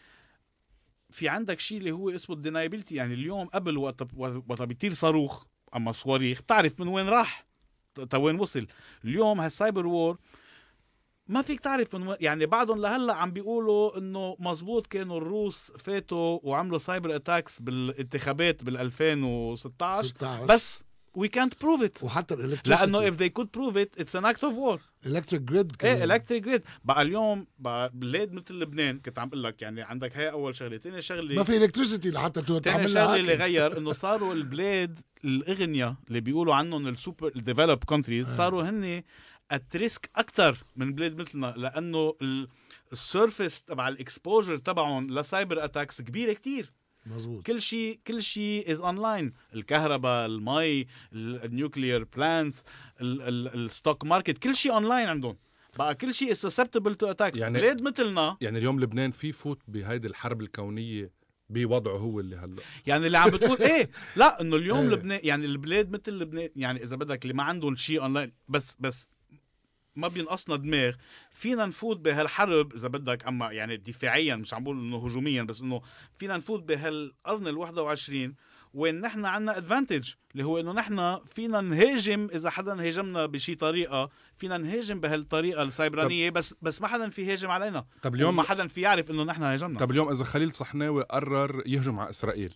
في عندك شيء اللي هو اسمه الدينايبيلتي. يعني اليوم قبل وقت بيطير صاروخ اما صواريخ بتعرف من وين راح وين وصل. اليوم هالسايبر وور ما فيك تعرف من وين، يعني بعضهم لهلا عم بيقولوا انه مزبوط كانوا الروس فاتوا وعملوا سايبر اتاكس بالانتخابات بال 2016 بس we can't prove it. وحتى لانه if they could prove it it's an act of war. electric grid electric grid بقى اليوم بقى بلاد مثل لبنان كنت عم بقول لك، يعني عندك هي اول شغله. ثاني شغله ما في electricity لحتى تعمل لها. ثاني شغله اللي غير انه صاروا البلاد الاغنياء اللي بيقولوا عنهم السوبر ديفلوب كونتريز صاروا هن التريسك اكثر من بلاد مثلنا، لانه السيرفيس تبع الاكسبوجر تبعهم لسايبر اتاكس كبيره كتير. مزبوط. كل شيء از اونلاين، الكهرباء، المي، النيوكليير بلانتس، الستوك ماركت، كل شيء اونلاين عندهم. بقى كل شيء susceptible to attacks. يعني بلاد مثلنا يعني اليوم لبنان في فوت بهيدي الحرب الكونيه بوضعه هو اللي هلا، يعني اللي عم بتقول ايه لا انه اليوم لبنان، يعني البلاد مثل لبنان، يعني اذا بدك اللي ما عندهم شيء اونلاين بس ما بينقصنا دماغ، فينا نفوت بهالحرب اذا بدك، اما يعني دفاعيا، مش عم بقول انه هجوميا، بس انه فينا نفوت بهالقرن ال21 وين نحن عنا ادفانتج، اللي هو انه نحن فينا نهاجم. اذا حدا هاجمنا بشي طريقه فينا نهاجم بهالطريقه السايبرانيه، بس ما حدا في هاجم علينا. طب اليوم ما حدا في يعرف انه نحن هاجمنا. طب اليوم اذا خليل صحناوي قرر يهجم على اسرائيل،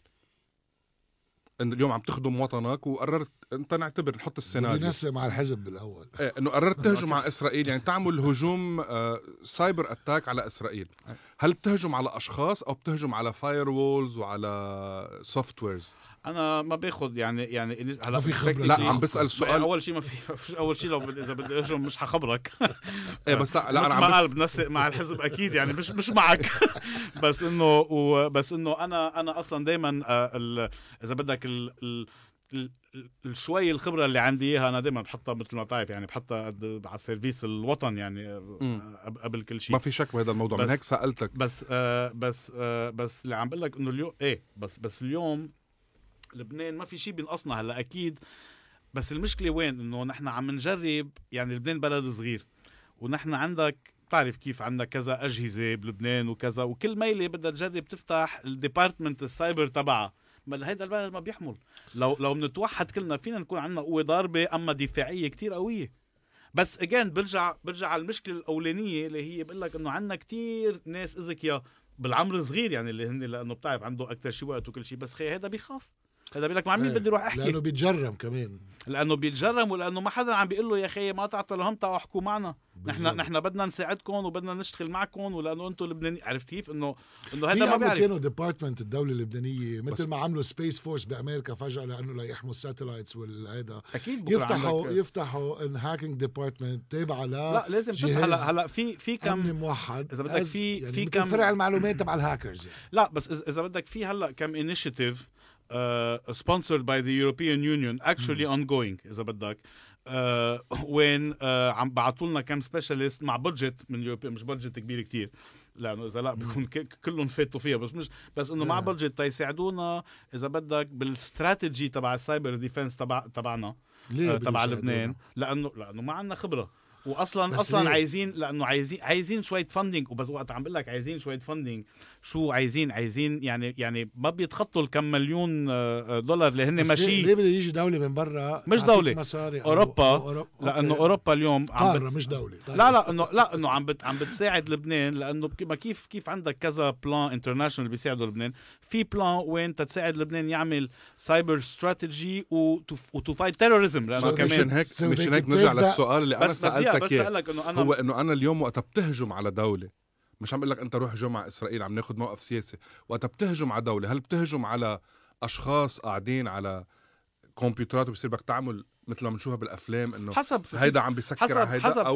انه اليوم عم تخدم وطنك وقررت انت، نعتبر نحط السيناريو بينسق مع الحزب بالاول، ايه انه قررت تهجم على اسرائيل، يعني تعمل هجوم سايبر اتاك على اسرائيل، هل بتهجم على اشخاص او بتهجم على فاير وولز وعلى سوفت ويرز؟ انا ما باخذ يعني هلا ما في خبرة. لا عم بسال سؤال. اول شيء ما في اول شيء لو اذا بدي اهجم مش حخبرك. ايه بس لا انا عم بنسق مع الحزب اكيد، يعني مش معك. بس انه انا اصلا دائما اذا بدك شوي الخبره اللي عندي اياها انا دائما بحطها مثل ما بتعرف، يعني بحطها على سيرفيس الوطن، يعني قبل كل شيء. ما في شك بهذا الموضوع، من هيك سالتك. بس اللي عم بقول لك انه اليوم بس اليوم لبنان ما في شيء بينقصنا هلا اكيد. بس المشكله وين؟ انه نحن عم نجرب، يعني لبنان بلد صغير، ونحن عندك تعرف كيف عندك كذا اجهزه بلبنان وكذا، وكل ميله بدها تجرب تفتح الديبارتمنت السايبر تبعها. ما هيدا البلد ما بيحمل. لو بنتوحد كلنا فينا نكون عندنا قوه ضاربه اما دفاعيه كتير قويه. بس اجين برجع على المشكله الاولانيه اللي هي بقول لك انه عندنا كتير ناس اذكياء بالعمر صغير، يعني اللي هن لانه بتعرف عنده اكثر شيء وقت وكل شيء، بس هذا بيخاف، هذا بيقول لك مع مين بدي اروح احكي، لانه بيتجرم كمان، لانه بيتجرم، ولانه ما حدا عم بيقول له يا اخي ما تعطلوا هم تعوا احكوا معنا، نحن بدنا نساعدكم وبدنا نشتغل معكم، ولانه انتم لبنانيين. عرفت كيف؟ انه هذا ما بيعرف. كانوا ديبارتمنت الدوله اللبنانيه مثل ما عملوا سبيس فورس بامريكا فجاه لانه لا يحموا الساتلايتس والهذا، اكيد يفتحوا هاكينج ديبارتمنت تابعه لا لازم تفتح. هلا في كم موحد اذا بدك في كم فرع المعلومات تبع الهاكرز يعني. لا بس اذا بدك في هلا كم انيشيتيف sponsored by the European Union actually ongoing إذا بدك وين عم بعثوا لنا كم سبيشاليست مع بادجت من يوروبيان، مش بادجت كبير كتير لانه اذا لا بيكون كلهم فاتوا فيها، بس انه مع بادجت تيساعدونا اذا بدك بالاستراتيجي تبع السايبر ديفنس تبعنا تبع لبنان، لانه ما عندنا خبره. واصلا عايزين، لانه عايزين شويه فاندنج. وبس وقت عم بقول لك عايزين شويه فاندنج، شو عايزين يعني ما بيتخطوا الكم مليون دولار اللي هن ماشي. ليه بده يجي دوله من برا؟ مش دوله اوروبا، لانه اوروبا اليوم مش دوله. طيب. لا انه عم بتساعد لبنان، لانه كيف عندك كذا بلان انترناشونال بيساعدوا لبنان. في بلان وين تساعد لبنان يعمل سايبر استراتيجي وتو فايت تيروريزم، لانه كمان مشان هيك نرجع للسؤال اللي انا سالتك اياه، هو انه انا اليوم وقت بتهجم على دوله، مش عم اقول لك انت روح هجوم على اسرائيل، عم ناخذ موقف سياسي. وقت بتهجم على دوله، هل بتهجم على اشخاص قاعدين على كمبيوترات وبصير بدك تعمل مثل ما بنشوفها بالافلام انه هيدا عم بيسكر على هيدا، او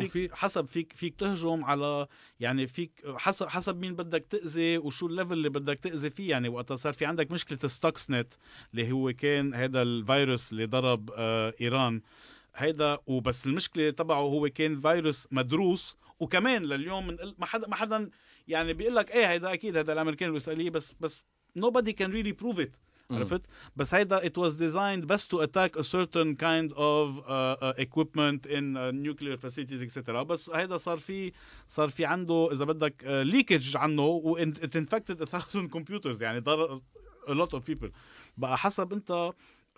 فيك تهجم على، يعني فيك حسب مين بدك تأذي وشو الليفل اللي بدك تأذي فيه. يعني وقت صار في عندك مشكلة ستوكس نت اللي هو كان هذا الفيروس اللي ضرب ايران هيدا، وبس المشكلة تبعه هو كان فيروس مدروس. وكمان لليوم ما حدا يعني بيقول لك ايه هيدا اكيد هذا الامريكان والاسرائيلي، بس nobody can really prove it. عرفت؟ بس هيدا it was designed بس to attack a certain kind of equipment in nuclear facilities etc. بس هيدا صار في عنده اذا بدك leakage عنه و it infected 1,000 computers، يعني ضر a lot of people. بقى حسب انت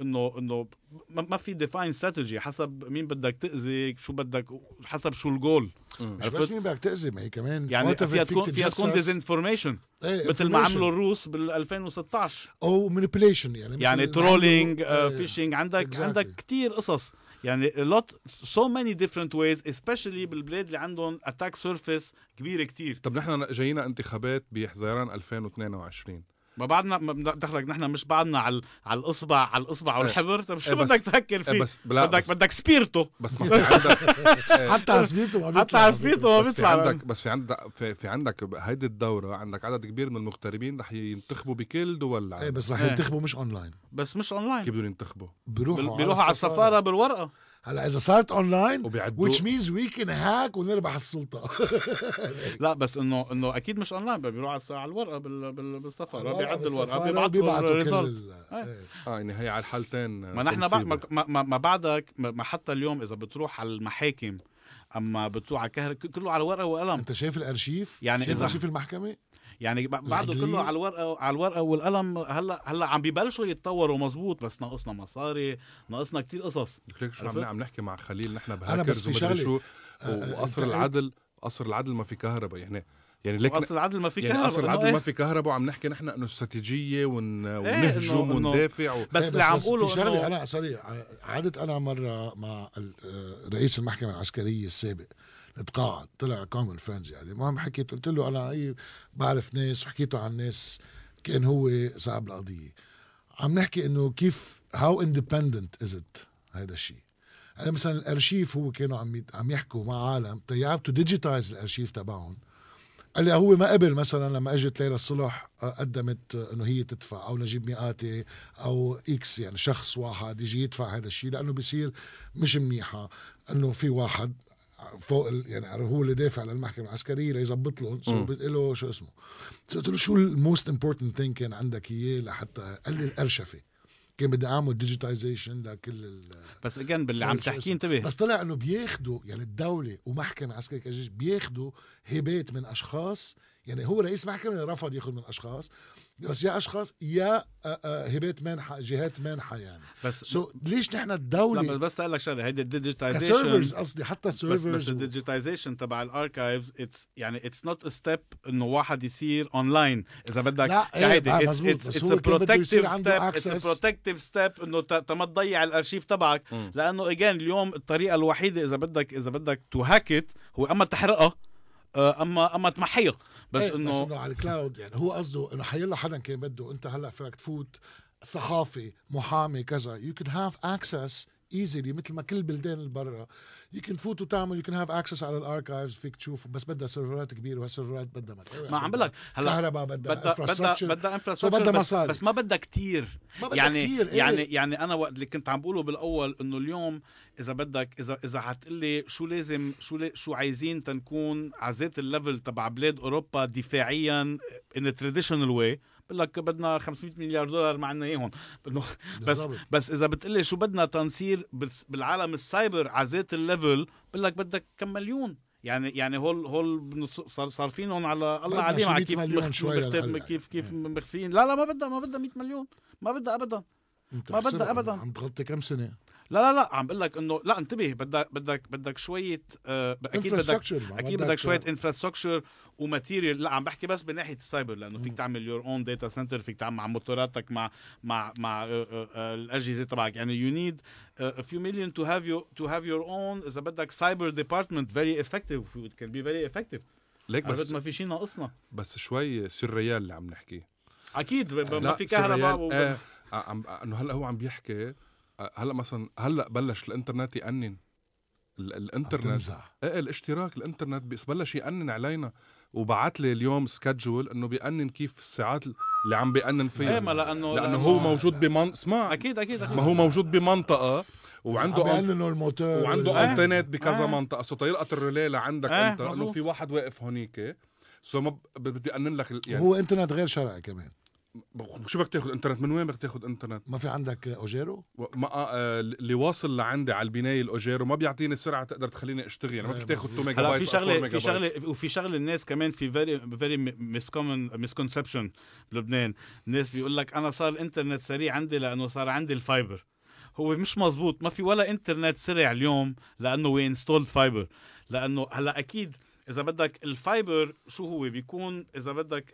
انه ما في ديفاين استراتيجي، حسب مين بدك تأذي، شو بدك، حسب شو الجول. مش بس مين بدك تأذي، ما هي كمان يعني فيها تكون ديزانفورميشن مثل ما عملوا الروس بال 2016 او مانيبيوليشن، يعني ترولينج فيشينج. عندك كتير قصص، يعني so many different ways especially بالبلاد اللي عندهم attack surface كبيرة كتير. طب نحن جاينا انتخابات بحزيران 2022، ما بعدنا دخلك، نحن مش بعدنا على الإصبع والحبر. طب شو بدك تفكر فيه؟ بدك سبيرتو بس ما في عندك حتى على سبيرتو ما بيطلع. بس في عندك هيدي الدورة عندك عدد كبير من المغتربين رح ينتخبوا بكل دول العالم. بس رح ينتخبوا مش اونلاين. بس مش اونلاين، كيف بدهم ينتخبوا؟ بيروحوا على السفارة بالورقة. هلا اذا صارت اونلاين which means we can hack ونربح السلطه. لا بس انه اكيد مش اونلاين، بيروح على الورقه بالسفاره، بيعدوا الورقه بيبعتوا الريزلت. يعني هي على الحالتين. ما نحن ما بعدك ما حتى اليوم اذا بتروح على المحاكم، اما بتروح على كله على ورقه وقلم. انت شايف الارشيف؟ يعني شايف الارشيف المحكمه؟ يعني بعده كله على الورقه والقلم. هلا عم بيبلشوا يتطوروا مزبوط، بس ناقصنا مصاري، ناقصنا كتير قصص. شو عم نحكي مع خليل نحن بهاكرز ومدري شو، وقصر العدل ما في كهرباء. يعني لكن قصر العدل ما في كهرباء، قصر العدل ما في كهرباء، وعم نحكي نحن انه استراتيجيه ونهجم وندافع بس اللي عم قوله في شغله. انا سوري، عدت انا مره مع رئيس المحكمه العسكريه السابق اتقاعد، طلع كومن فريندز يعني. المهم حكيت، قلت له انا بعرف ناس، وحكيته عن ناس كان هو صاحب القضيه. عم نحكي انه كيف how independent is it هذا الشيء. انا مثلا الارشيف هو كانوا عم يحكوا مع عالم تياب تو ديجيتايز الارشيف تبعهم. قال لي هو ما قبل مثلا لما اجت ليلى الصلح قدمت انه هي تدفع، او نجيب مئاتي او اكس، يعني شخص واحد يجي يدفع هذا الشيء، لانه بيصير مش منيحه انه في واحد فوق يعني هو اللي دافع للمحكمة العسكرية ليزبط لهم. بتقول له شو اسمه، قلت له شو الموست امبورتنت ثينج كان عندك اياه لحتى؟ قال لي الارشفه. كان بدي اعمل ديجيتايزيشن لكل بس اجين باللي عم تحكي انتبه. بس طلع انه بياخدوا، يعني الدوله ومحكمه عسكريه كجيش بياخدوا هبات من اشخاص. يعني هو رئيس محكمه رفض ياخذ من اشخاص، بس يا اشخاص يا هبات مانحه، جهات مانحه يعني. بس ليش نحن الدوله؟ لا بس اقول لك شغله، هيدي الديجيتايزيشن كسيرفرز قصدي، حتى سيرفرز. بس الديجيتايزيشن تبع الاركايفز اتس نوت ستيب انه واحد يصير اونلاين اذا بدك. هيدي اتس بروتكتيف ستيب انه ما تضيع الارشيف تبعك. لانه اجين اليوم الطريقه الوحيده اذا بدك تو هاكت هو اما تحرقها اما تمحيها. بس انه على الكلاود. يعني هو قصده انه حيلا حدا كان بده، انت هلا فيك تفوت صحافي، محامي، كذا، you can have access easily مثل ما كل البلدان اللي برا you can تفوت وتعمل، you can have access على الاركايفز، فيك تشوف. بس بدها سيرفرات كبيره، وهالسيرفرات بدها ما عم بقول لك هلا كهرباء، بدها انفراستراكشر، بس ما بدها كتير. يعني انا وقت اللي كنت عم بقوله بالاول انه اليوم اذا بدك، اذا حتقلي شو لازم، شو عايزين تنكون عزات الليفل تبع بلاد اوروبا دفاعيا in a traditional way، بقول لك بدنا 500 مليار دولار ما عندنا اياهم. بالضبط. بس اذا بتقلي شو بدنا تنصير بالعالم السايبر على ذات الليفل، بقول لك بدك كم مليون. يعني هول صار فينهم على الله عليهم على كيف مخفين. لا ما بدها 100 مليون، ما بدها ابدا، ما بدها ابدا. عم تغطي كم سنه؟ لا عم بقول لك انه لا انتبه، بدك شويه اكيد بدك شويه انفراستراكشر وماتيريال. لا عم بحكي بس بناحيه السايبر، لانه فيك تعمل يور اون داتا سنتر، فيك تعمل مع موتوراتك مع الاجهزه تبعك. يعني يو نيد a few million to have your own اذا بدك cyber department very effective. It can be very effective. ليك بس ما في شيء ناقصنا، بس شوي سريال اللي عم نحكيه. اكيد ما في كهرباء انه هلا هو عم بيحكي هلا مثلا هلا بلش الانترنت يأنن الانترنت الاشتراك الانترنت بلش يأنن علينا، وبعت لي اليوم سكادجول انه بيأنن كيف الساعات اللي عم بيأنن فيها. لانه هو موجود اسمع اكيد ما هو موجود بمنطقه وعنده الموتور وعنده انترنت بكذا منطقه، سو يلقط الريلي لعندك انت انه في واحد واقف هونيك، سو ما بده يأنن لك. يعني هو انترنت غير شرعي كمان. شو بدك تاخذ انترنت؟ من وين بدك تاخذ انترنت؟ ما في عندك اوجيرو؟ ما اللي واصل لعندي على البنايه الاوجيرو ما بيعطيني السرعه تقدر تخليني اشتغل. يعني ما فيك تاخذ 2 ميجا بايت. في شغله الناس كمان في فيري مسكونسبشن بلبنان. الناس بيقول لك انا صار الانترنت سريع عندي لانه صار عندي الفايبر. هو مش مزبوط، ما في ولا انترنت سريع اليوم لانه وي انستولد فايبر. لانه هلا اكيد اذا بدك الفايبر شو هو بيكون، اذا بدك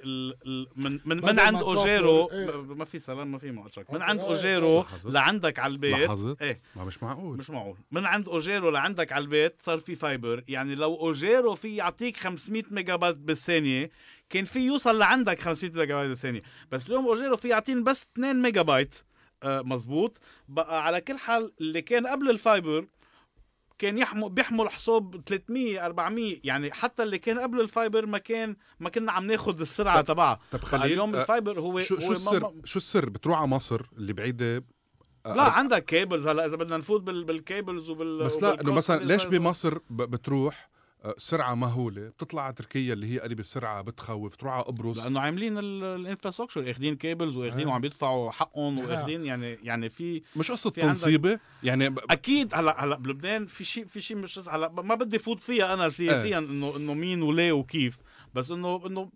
من عند اوجيرو ما في سلام، ما في مقاطعك من عند اوجيرو لعندك على البيت. ما مش معقول من عند اوجيرو لعندك على البيت صار في فايبر. يعني لو اوجيرو في يعطيك 500 ميجا بايت بالثانيه كان في يوصل لعندك 500 ميجا بايت بالثانيه. بس اليوم اوجيرو في يعطيني بس 2 ميجا بايت. مزبوط. بقى على كل حال اللي كان قبل الفايبر كان بيحمل حساب 300 400. يعني حتى اللي كان قبل الفايبر ما كنا عم ناخد السرعه تبعها. طب خليل اليوم الفايبر هو شو السر بتروح على مصر اللي بعيده؟ لا عندك كيبلز. هلا اذا بدنا نفوت بالكيبلز بس لا انه مثلا ليش بمصر بتروح سرعه مهوله، بتطلع على تركيا اللي هي قريبه السرعه بتخوف، تروح على قبرص لانه عاملين الانفراستراكشر، اخذين كيبلز واخذين وعم بيدفعوا حقهم واخذين. يعني في مش قصه تنصيبه يعني اكيد. هلا بلبنان في شيء مش هلا ما بدي فوت فيها انا سياسيا انه مين وليه وكيف. بس انه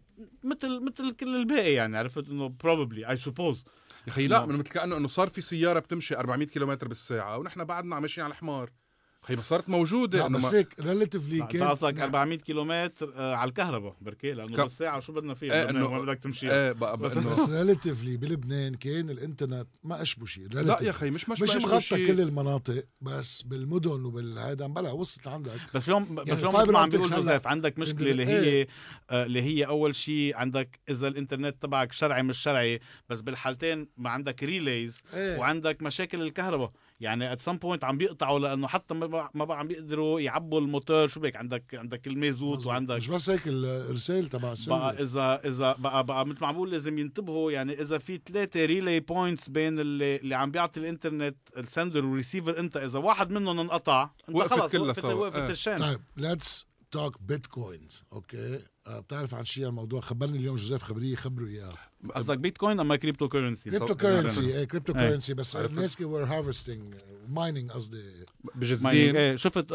مثل كل الباقي. يعني عرفت انه probably I suppose يا اخي لا من مثل كانه صار في سياره بتمشي 400 كيلومتر بالساعه ونحن بعدنا ماشيين على الحمار. خي ما صارت موجودة. لا بس هيك ريلاتيفلي كان قصدك 400 كيلومتر على الكهرباء بركي لأنه بالساعة شو بدنا فيها ما بدك تمشي. بس ريلاتيفلي بلبنان كان الانترنت ما أشبه شيء. لا يا أخي مش مغطى كل المناطق بس بالمدن وبالهيدا بلا وصلت لعندك. بس اليوم مثل عم بيقول جوزيف عندك مشكلة اللي هي أول شيء عندك إذا الانترنت تبعك شرعي مش شرعي. بس بالحالتين ما عندك ريليز وعندك مشاكل الكهرباء. يعني at some point عم بيقطعوا لانه حتى ما بقى عم بيقدروا يعبوا الموتور. شو بك عندك المازوت وعندك مش بس هيك الرسائل تبع السلة بقى اذا بقى مثل ما عم بقول لازم ينتبهوا. يعني اذا في 3 ريلي بوينتس بين اللي عم بيعطي الانترنت السندر والريسيفر، انت اذا واحد منهم انقطع انت خلص وقفت الشان. طيب let's talk bitcoins. اوكي بتعرف عن شيء الموضوع؟ خبرني اليوم جوزيف خبروا اياه. قصدك بيتكوين اما كريبتو كورنسي؟ كريبتو كورنسي بس الناس كانوا هارفستنج مايننج قصدي بجزين. شفت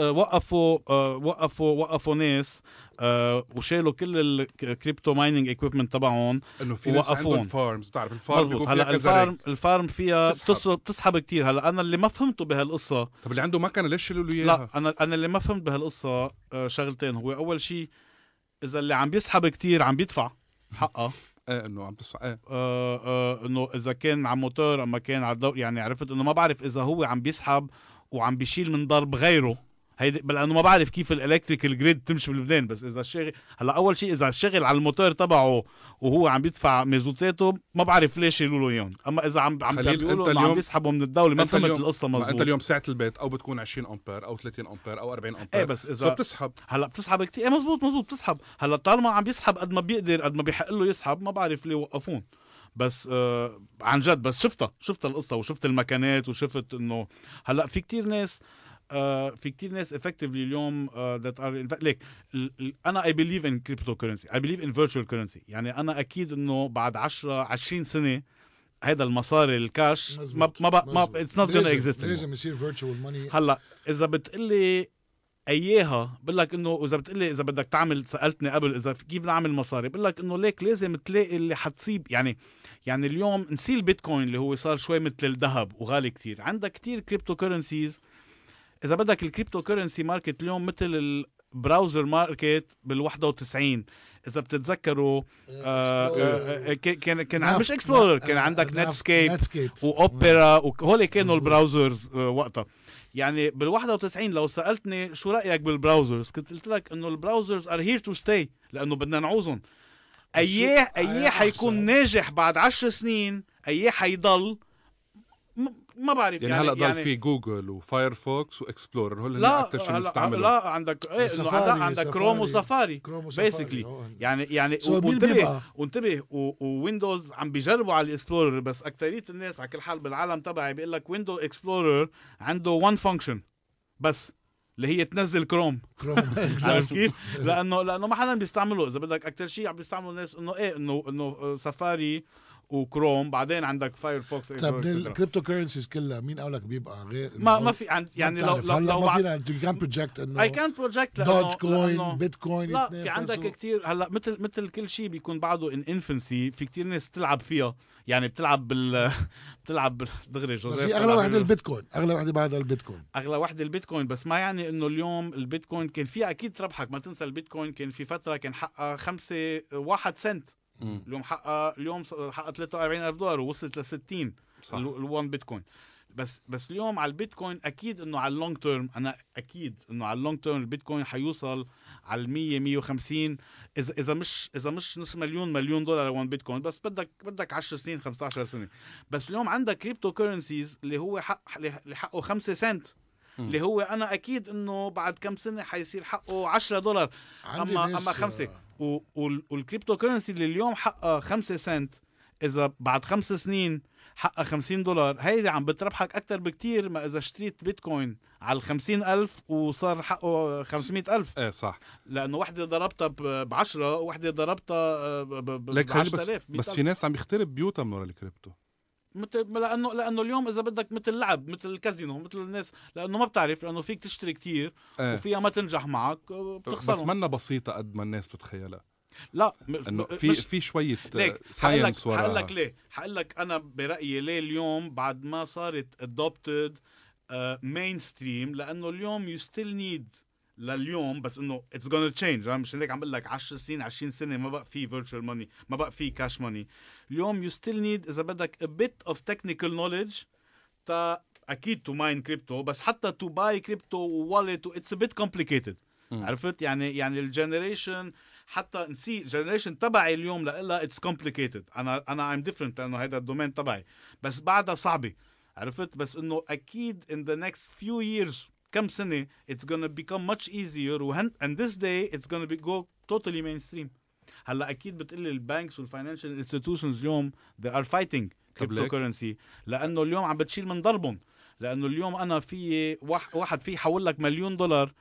وقفوا ناس وشالوا كل الكريبتو مايننج ايكويبمنت تبعهم انه في ناس عندهم فارمز. بتعرف الفارم هلا الفارم فيها بتسحب كتير. هلا انا اللي ما فهمته بهالقصه. طب اللي عنده مكنه ليش شالوا له اياها؟ لا انا اللي ما فهمت بهالقصه شغلتين. هو اول شيء اذا اللي عم بيسحب كتير عم بيدفع حقه. انه عم تدفع انه اذا كان على موتور اما كان على الضوء. يعني عرفت انه ما بعرف اذا هو عم بيسحب وعم بيشيل من ضرب غيره هيدي، لانه ما بعرف كيف الالكتريكال جريد تمشي بلبنان. بس اذا الشغل هلا اول شيء اذا الشغل على الموتور تبعه وهو عم بيدفع ميزوتاته ما بعرف ليش يقولوا له اياهم. اما اذا عم بيقولوا انه عم بيسحبوا من الدوله ما فهمت القصه مزبوط. انت اليوم ساعه البيت او بتكون 20 امبير او 30 امبير او 40 امبير. بس اذا بتسحب هلا بتسحب كتير. مزبوط بتسحب. هلا طالما عم بيسحب قد ما بيقدر قد ما بيحق له يسحب ما بعرف ليه وقفون. بس عن جد بس شفت القصه وشفت المكانات وشفت انه هلا في كتير ناس في كتير ناس effectively اليوم that are ليك أنا I believe in cryptocurrency, I believe in virtual currency. يعني أنا أكيد إنه بعد 10-20 سنة هذا المصاري الكاش ما it's not gonna exist. لازم يصير virtual money. هلا إذا بتقلي اياها بقول لك انه اذا بتقلي اذا بدك تعمل، سالتني قبل اذا كيف نعمل مصاري، بقول لك انه ليك لازم تلاقي اللي حتصيب. يعني اليوم نسي البيتكوين اللي هو صار شوي مثل الذهب وغالي كتير. عندك كتير كريبتو كورنسيز. اذا بدك الكريبتو كورنسي ماركت اليوم مثل البراوزر ماركت بال91. اذا بتتذكروا كان مش اكسبلورر، كان عندك نتسكيب واوبرا وهول كانوا البراوزرز وقتها. يعني بال91 لو سألتني شو رأيك بالبراوزرز كنت قلت لك انه البراوزرز are here to stay لانه بدنا نعوزهم. اياه حيكون ناجح بعد 10 سنين، اياه حيضل ما بعرف. يعني هلا ضل في جوجل وفايرفوكس واكسبلورر هول لا اكثر شيء بنستعمله. لا عندك انه عندك كروم وسفاري بيسكلي. يعني وانتبه وويندوز عم بيجربوا على الاكسبلورر، بس اكثريه الناس على كل حال بالعالم تبعي بيقول لك ويندو اكسبلورر عنده وان فانكشن بس اللي هي تنزل كروم. عارف كيف؟ لانه ما حدا بيستعمله. اذا بدك اكثر شيء عم بيستعملوا الناس انه سفاري وكروم، بعدين عندك فايرفوكس. طيب الكريبتو كورنسيز كلها مين قالك بيبقى غير ما في يعني لو ما فينا كان بروجكت انه اي كانت بروجكت دوج كوين بيتكوين. لا في عندك كتير هلا مثل كل شيء بيكون بعده ان انفنسي. في كتير ناس بتلعب فيها، يعني بتلعب دغري بس هي اغلى واحده البيتكوين، اغلى واحده بعد البيتكوين، اغلى واحده البيتكوين. بس ما يعني انه اليوم البيتكوين كان فيها اكيد تربحك. ما تنسى البيتكوين كان في فتره كان حقها 1 سنت. اليوم حقها $43,000 ووصلت ل60 الوان بيتكوين. بس اليوم على البيتكوين اكيد انه على اللونج تيرم، انا اكيد انه على اللونج تيرم البيتكوين حيوصل على 100-150 اذا مش نص مليون دولار وان بيتكوين. بس بدك 10 سنين 15 سنه. بس اليوم عندك كريبتو كورنسيز اللي هو اللي حقه 5 سنت، اللي هو انا اكيد انه بعد كم سنه حيصير حقه $10. اما 5 والكريبتو كورنسي اللي اليوم حقها 5 سنت اذا بعد 5 سنين حقها $50، هيدي عم بتربحك اكتر بكتير ما اذا اشتريت بيتكوين على 50,000 وصار حقه 500,000. ايه صح، لانه وحده ضربتها ب10 ووحده ضربتها ب 10,000. بس في ناس عم يخترب بيوتها من ورا الكريبتو. لانه اليوم اذا بدك مثل لعب، مثل الكازينو، مثل الناس، لانه ما بتعرف، لانه فيك تشتري كتير وفيها ما تنجح معك بتخسر. بس منا بسيطه قد ما الناس بتتخيلها. لا انه في شويه ساينس وراها. حقول لك ليه، حقول لك انا برايي ليه اليوم بعد ما صارت adopted mainstream، لانه اليوم you still need لليوم، بس انه it's gonna change. انا مش هيك عم بقول لك 10 سنين 20 سنه ما بقى في virtual money، ما بقى في cash money. اليوم you still need اذا بدك a bit of technical knowledge اكيد to mine crypto، بس حتى to buy crypto wallet it's a bit complicated. عرفت يعني الجنريشن، حتى نسي جنريشن تبعي اليوم لإلا it's complicated. انا I'm different لانه هذا الدومين تبعي، بس بعدها صعبه. عرفت؟ بس انه اكيد in the next few years كم سنة it's gonna become much easier and this day it's gonna go totally mainstream. هلا أكيد بتقلي البانكس والفاينانشال institutions اليوم they are fighting cryptocurrency لأنه اليوم عم بتشيل من ضربهم. لأنه اليوم أنا في واحد فيه حول لك $1,000,000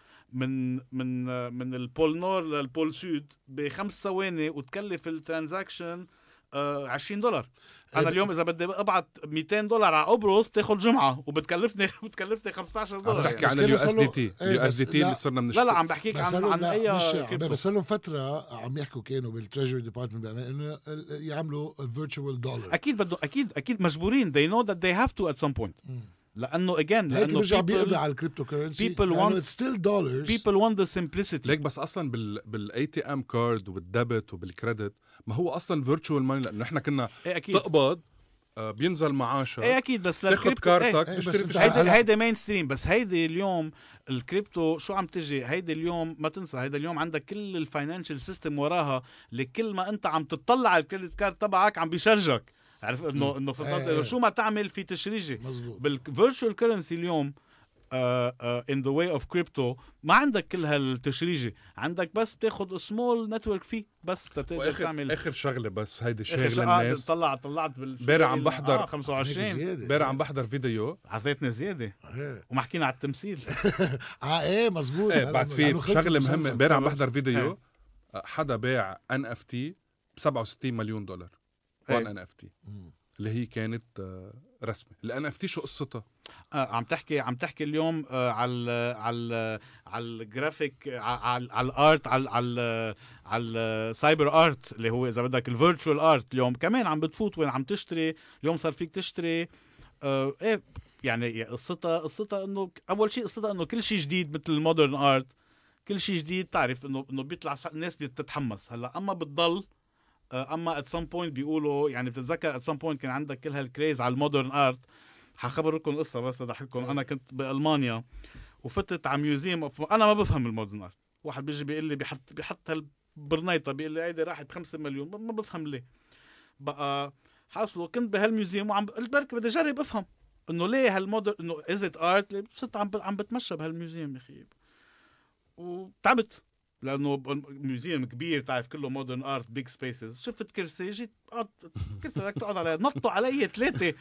من البول نور للبول سود ب5 ثواني وتكلف الترانزاكشن $20. انا اليوم اذا بدي ابعت $200 على قبرص بتاخذ جمعه وبتكلفني $15. بحكي عن اليو اس دي تي اللي صرنا بنشتغل. لا عم بحكيك عن اي بس لهم فتره عم يحكوا كانوا بالتريجري ديبارتمنت انه يعملوا فيرتشوال دولار. اكيد مجبورين they know that they have to at some point. لانه لانه بيرجع بيقضي على الكريبتو كورنسي لانه it's still dollars. people want the simplicity. ليك بس اصلا بالاي تي ام كارد وبالديبت وبالكريدت ما هو اصلا فيرتشوال ماني، لانه احنا كنا تقبض بينزل معاشك اكيد، بس تاخذ كارتك هيدا مين ستريم. بس هيدي اليوم الكريبتو شو عم تجي، هيدي اليوم ما تنسى، هيدا اليوم عندك كل الفاينانشال سيستم وراها، لكل ما انت عم تطلع على الكريدت كارد تبعك عم بيشرجك. عارف انه في شو ما تعمل في تشريجي. بالفيرتشوال كرنسي اليوم in the way of crypto ما عندك كل هالتشريجة، عندك بس بتاخد سمول نتورك فيه بس تقدر تعمل. اخر شغله بس هيدي شغله الناس طلعت امبارح عم بحضر 25 امبارح عم بحضر فيديو عطيتنا زياده وما حكينا على التمثيل. ايه مزبوط. بعد في شغله مهمه. امبارح عم بحضر فيديو حدا باع NFT $67 مليون 1 NFT اللي هي كانت رسمه. ال NFT شو قصتها؟ عم تحكي اليوم على الجرافيك، على الارت، على السايبر ارت اللي هو اذا بدك الفيرتشوال ارت. اليوم كمان عم بتفوت وين عم تشتري. اليوم صار فيك تشتري ايه يعني قصتها انه اول شيء قصتها انه كل شيء جديد مثل المودرن ارت، كل شيء جديد تعرف انه بيطلع الناس بتتحمس. هلا اما بتضل اما at some point بيقولوا يعني بتتذكر at some point كان عندك كل هالكريز على المودرن ارت. حخبركم قصه بس لضحككم. انا كنت بالمانيا وفتت على ميوزيوم انا ما بفهم المودرن ارت. واحد بيجي بيقول لي بيحط هالبرنيطه بيقول لي هيدي راحت 5 مليون ما بفهم ليه. بقى حاصله كنت بهالميوزيوم وعم قلت بدي اجرب افهم انه ليه هالمودرن انه از ات ارت. صرت عم بتمشى بهالميوزيوم يا اخي وتعبت لانه ميوزيوم كبير تعرف كله مودرن ارت بيج سبيسز. شفت كرسي جيت كرسي بدك تقعد عليها نطوا علي ثلاثه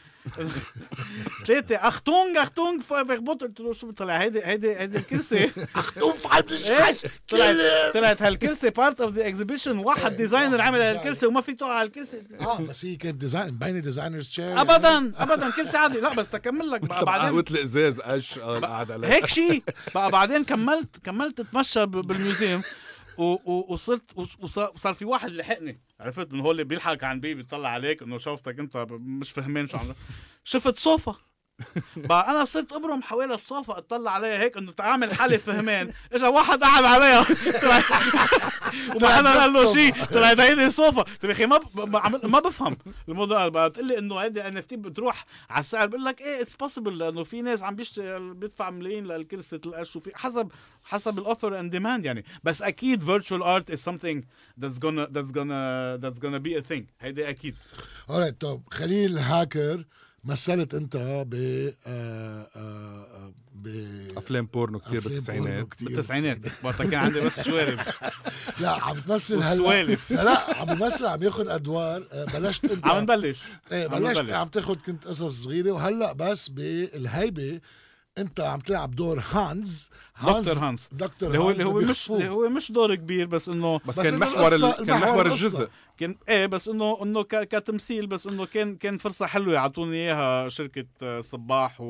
اختونج فيخبط. قلت له شو طلع هيدي الكرسي اختونج طلعت هالكرسي بارت اوف ذا اكزيبيشن. واحد ديزاينر عمل هالكرسي وما فيك تقعد على الكرسي. بس هي كانت ديزاين باين ديزاينرز تشير ابدا كرسي عادي. لا بس تكمل لك بقى بعدين مثل ازاز قش قاعد عليه هيك شيء بقى. بعدين كملت اتمشى بالميوزيوم وصار في واحد لحقني. عرفت من هو اللي بيلحق عن بيطلع عليك انه شوفتك انت مش فهمين شو عم. شفت صوفة بقى انا صرت ابرم حوالي الصوفة اطلع عليها هيك انه تعامل حالي فهمان. اجا واحد قاعد عليها وما انا قال له شيء. طلعت هيدي صوفة. طيب يا اخي ما بفهم الموضوع. بقى تقول لي انه هيدي NFT بتروح على السعر بقول لك ايه اتس بوسيبل لانه في ناس عم بيدفع ملايين للكرسي القش وفي حسب الاوفر اند ديماند يعني. بس اكيد virtual art is something that's gonna be a thing. هيدي اكيد. alright. طب خليل هاكر مثلت انت افلام بورنو كتير بالتسعينات وقتها كان عندي بس شوارب. لا عم تمثل هالسوالف. لا عم يمثل عم ياخذ ادوار. بلشت انت عم نبلش بلشت عم تاخذ كنت قصص صغيره وهلا بس بالهيبه انت عم تلعب دور دكتور هانز اللي هو مش دور كبير بس انه كان محور الجزء كان بس انه كتمثيل. بس انه كان فرصه حلوه يعطوني اياها شركه صباح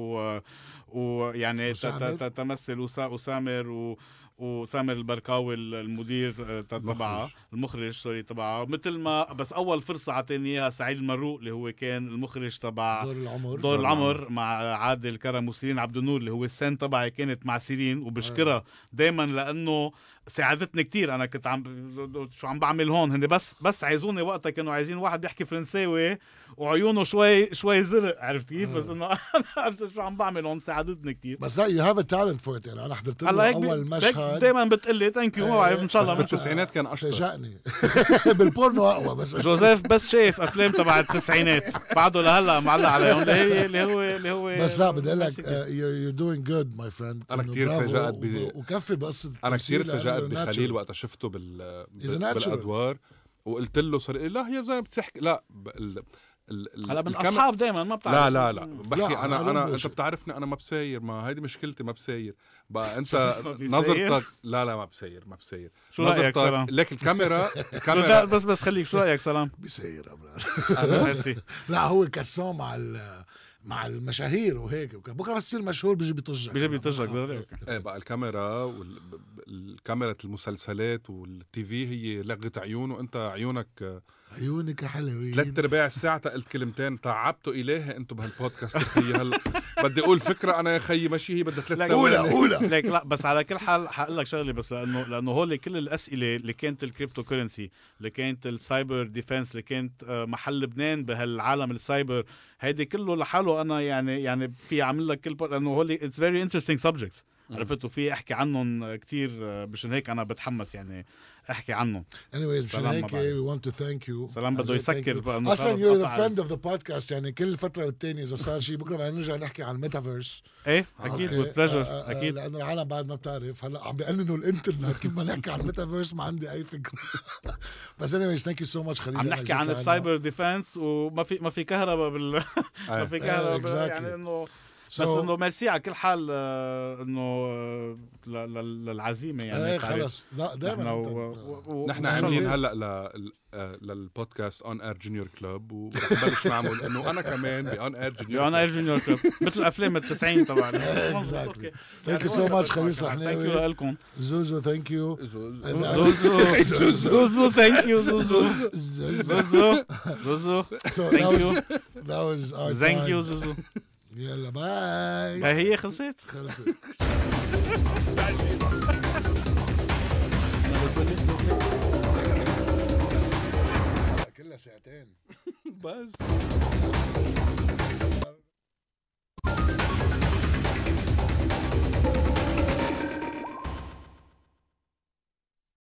ويعني تمثل وسامر وسامر البركاوي المدير تبعها المخرج تبعها مثل ما. بس اول فرصه عطاني اياها سعيد المروق اللي هو كان المخرج تبع دور العمر مع عادل كرم وسيرين عبد النور اللي هو السين تبعي كانت مع سيرين. وبشكرها دايما لانه ساعدتني كتير. انا كنت شو عم بعمل هون. هن بس عايزوني وقتها كانوا عايزين واحد بيحكي فرنساوي وعيونه شوي زرق. عرفت كيف؟ بس انه انا شو عم بعمل هون ساعدتني كتير. بس لا يو هاف ا تالنت فور ات. يعني انا حضرت له اول مشهد دائما بتقلي ثانك يو ان شاء الله. بالتسعينات كان اشطر. فاجأني بالبورنو اقوى. بس جوزيف بس شايف افلام تبع التسعينات بعده لهلا معلق عليهم اللي هو بس لا بدي اقول لك you're doing good my friend. انا كثير تفاجأت وكفي بقصه. انا كثير تفاجأت بخليل وقت شفته بالادوار وقلت له صار لا هي زي بتحكي لا هلا من اصحاب دائما ما بتعرف. لا بحكي انا انت بتعرفني انا ما بساير. ما هيدي مشكلتي ما بساير بقى. انت نظرتك لا ما بساير شو رايك سلام؟ لك الكاميرا بس خليك شو رايك سلام؟ بساير ابرار. لا هو كسام مع المشاهير وهيك بكره بس يصير مشهور بيجي بيطجك ايه بقى الكاميرا والكاميرا المسلسلات والتي في هي لغة عيون. وانت عيونك حلوين. 3/4 الساعة قلت كلمتين تعبتوا إليها انتم بهالبودكاست. بدي اقول فكرة انا يا خيي ماشي هي بدها 3 ثواني. أولى ليك لا بس على كل حال حقول لك شغلة. بس لأنه هول كل الأسئلة اللي كانت الكريبتو كورنسي اللي كانت السايبر ديفنس اللي كانت محل لبنان بهالعالم السايبر هيدي كله لحاله. أنا يعني في عامل لك كل لأنه هول it's very interesting subjects. عرفتوا في احكي عنهم كتير، مشان هيك انا بتحمس يعني احكي عنهم. anyways مشان هيك we want to thank you. سلام بده يسكر بقى إنه اصلا خلص you're the قطع friend of the podcast يعني كل فتره والتانية اذا صار شيء بكره بدنا نرجع نحكي عن الميتافيرس. ايه اكيد with pleasure اكيد لانه العالم بعد ما بتعرف هلا عم بيقننوا الانترنت كيف ما نحكي عن الميتافيرس ما عندي اي فكره. بس anyways thank you so much خليل. عم نحكي عن السايبر ديفense وما في كهرباء ما في كهرباء يعني انه بس انه ميرسي على كل حال انه للعزيمه يعني خلص لا دائما نحن عاملين هلا للبودكاست اون اير جونيور كلوب ورح نبلش نعمل انه انا كمان بأون اير جونيور كلوب مثل افلام التسعين طبعا. exactly. thank you so much خليل صحناوي. thank you لكم. زوزو thank you. زوزو thank you. زوزو so that was our time. thank you زوزو. يلا باي. هي خلصت كلها ساعتين بس.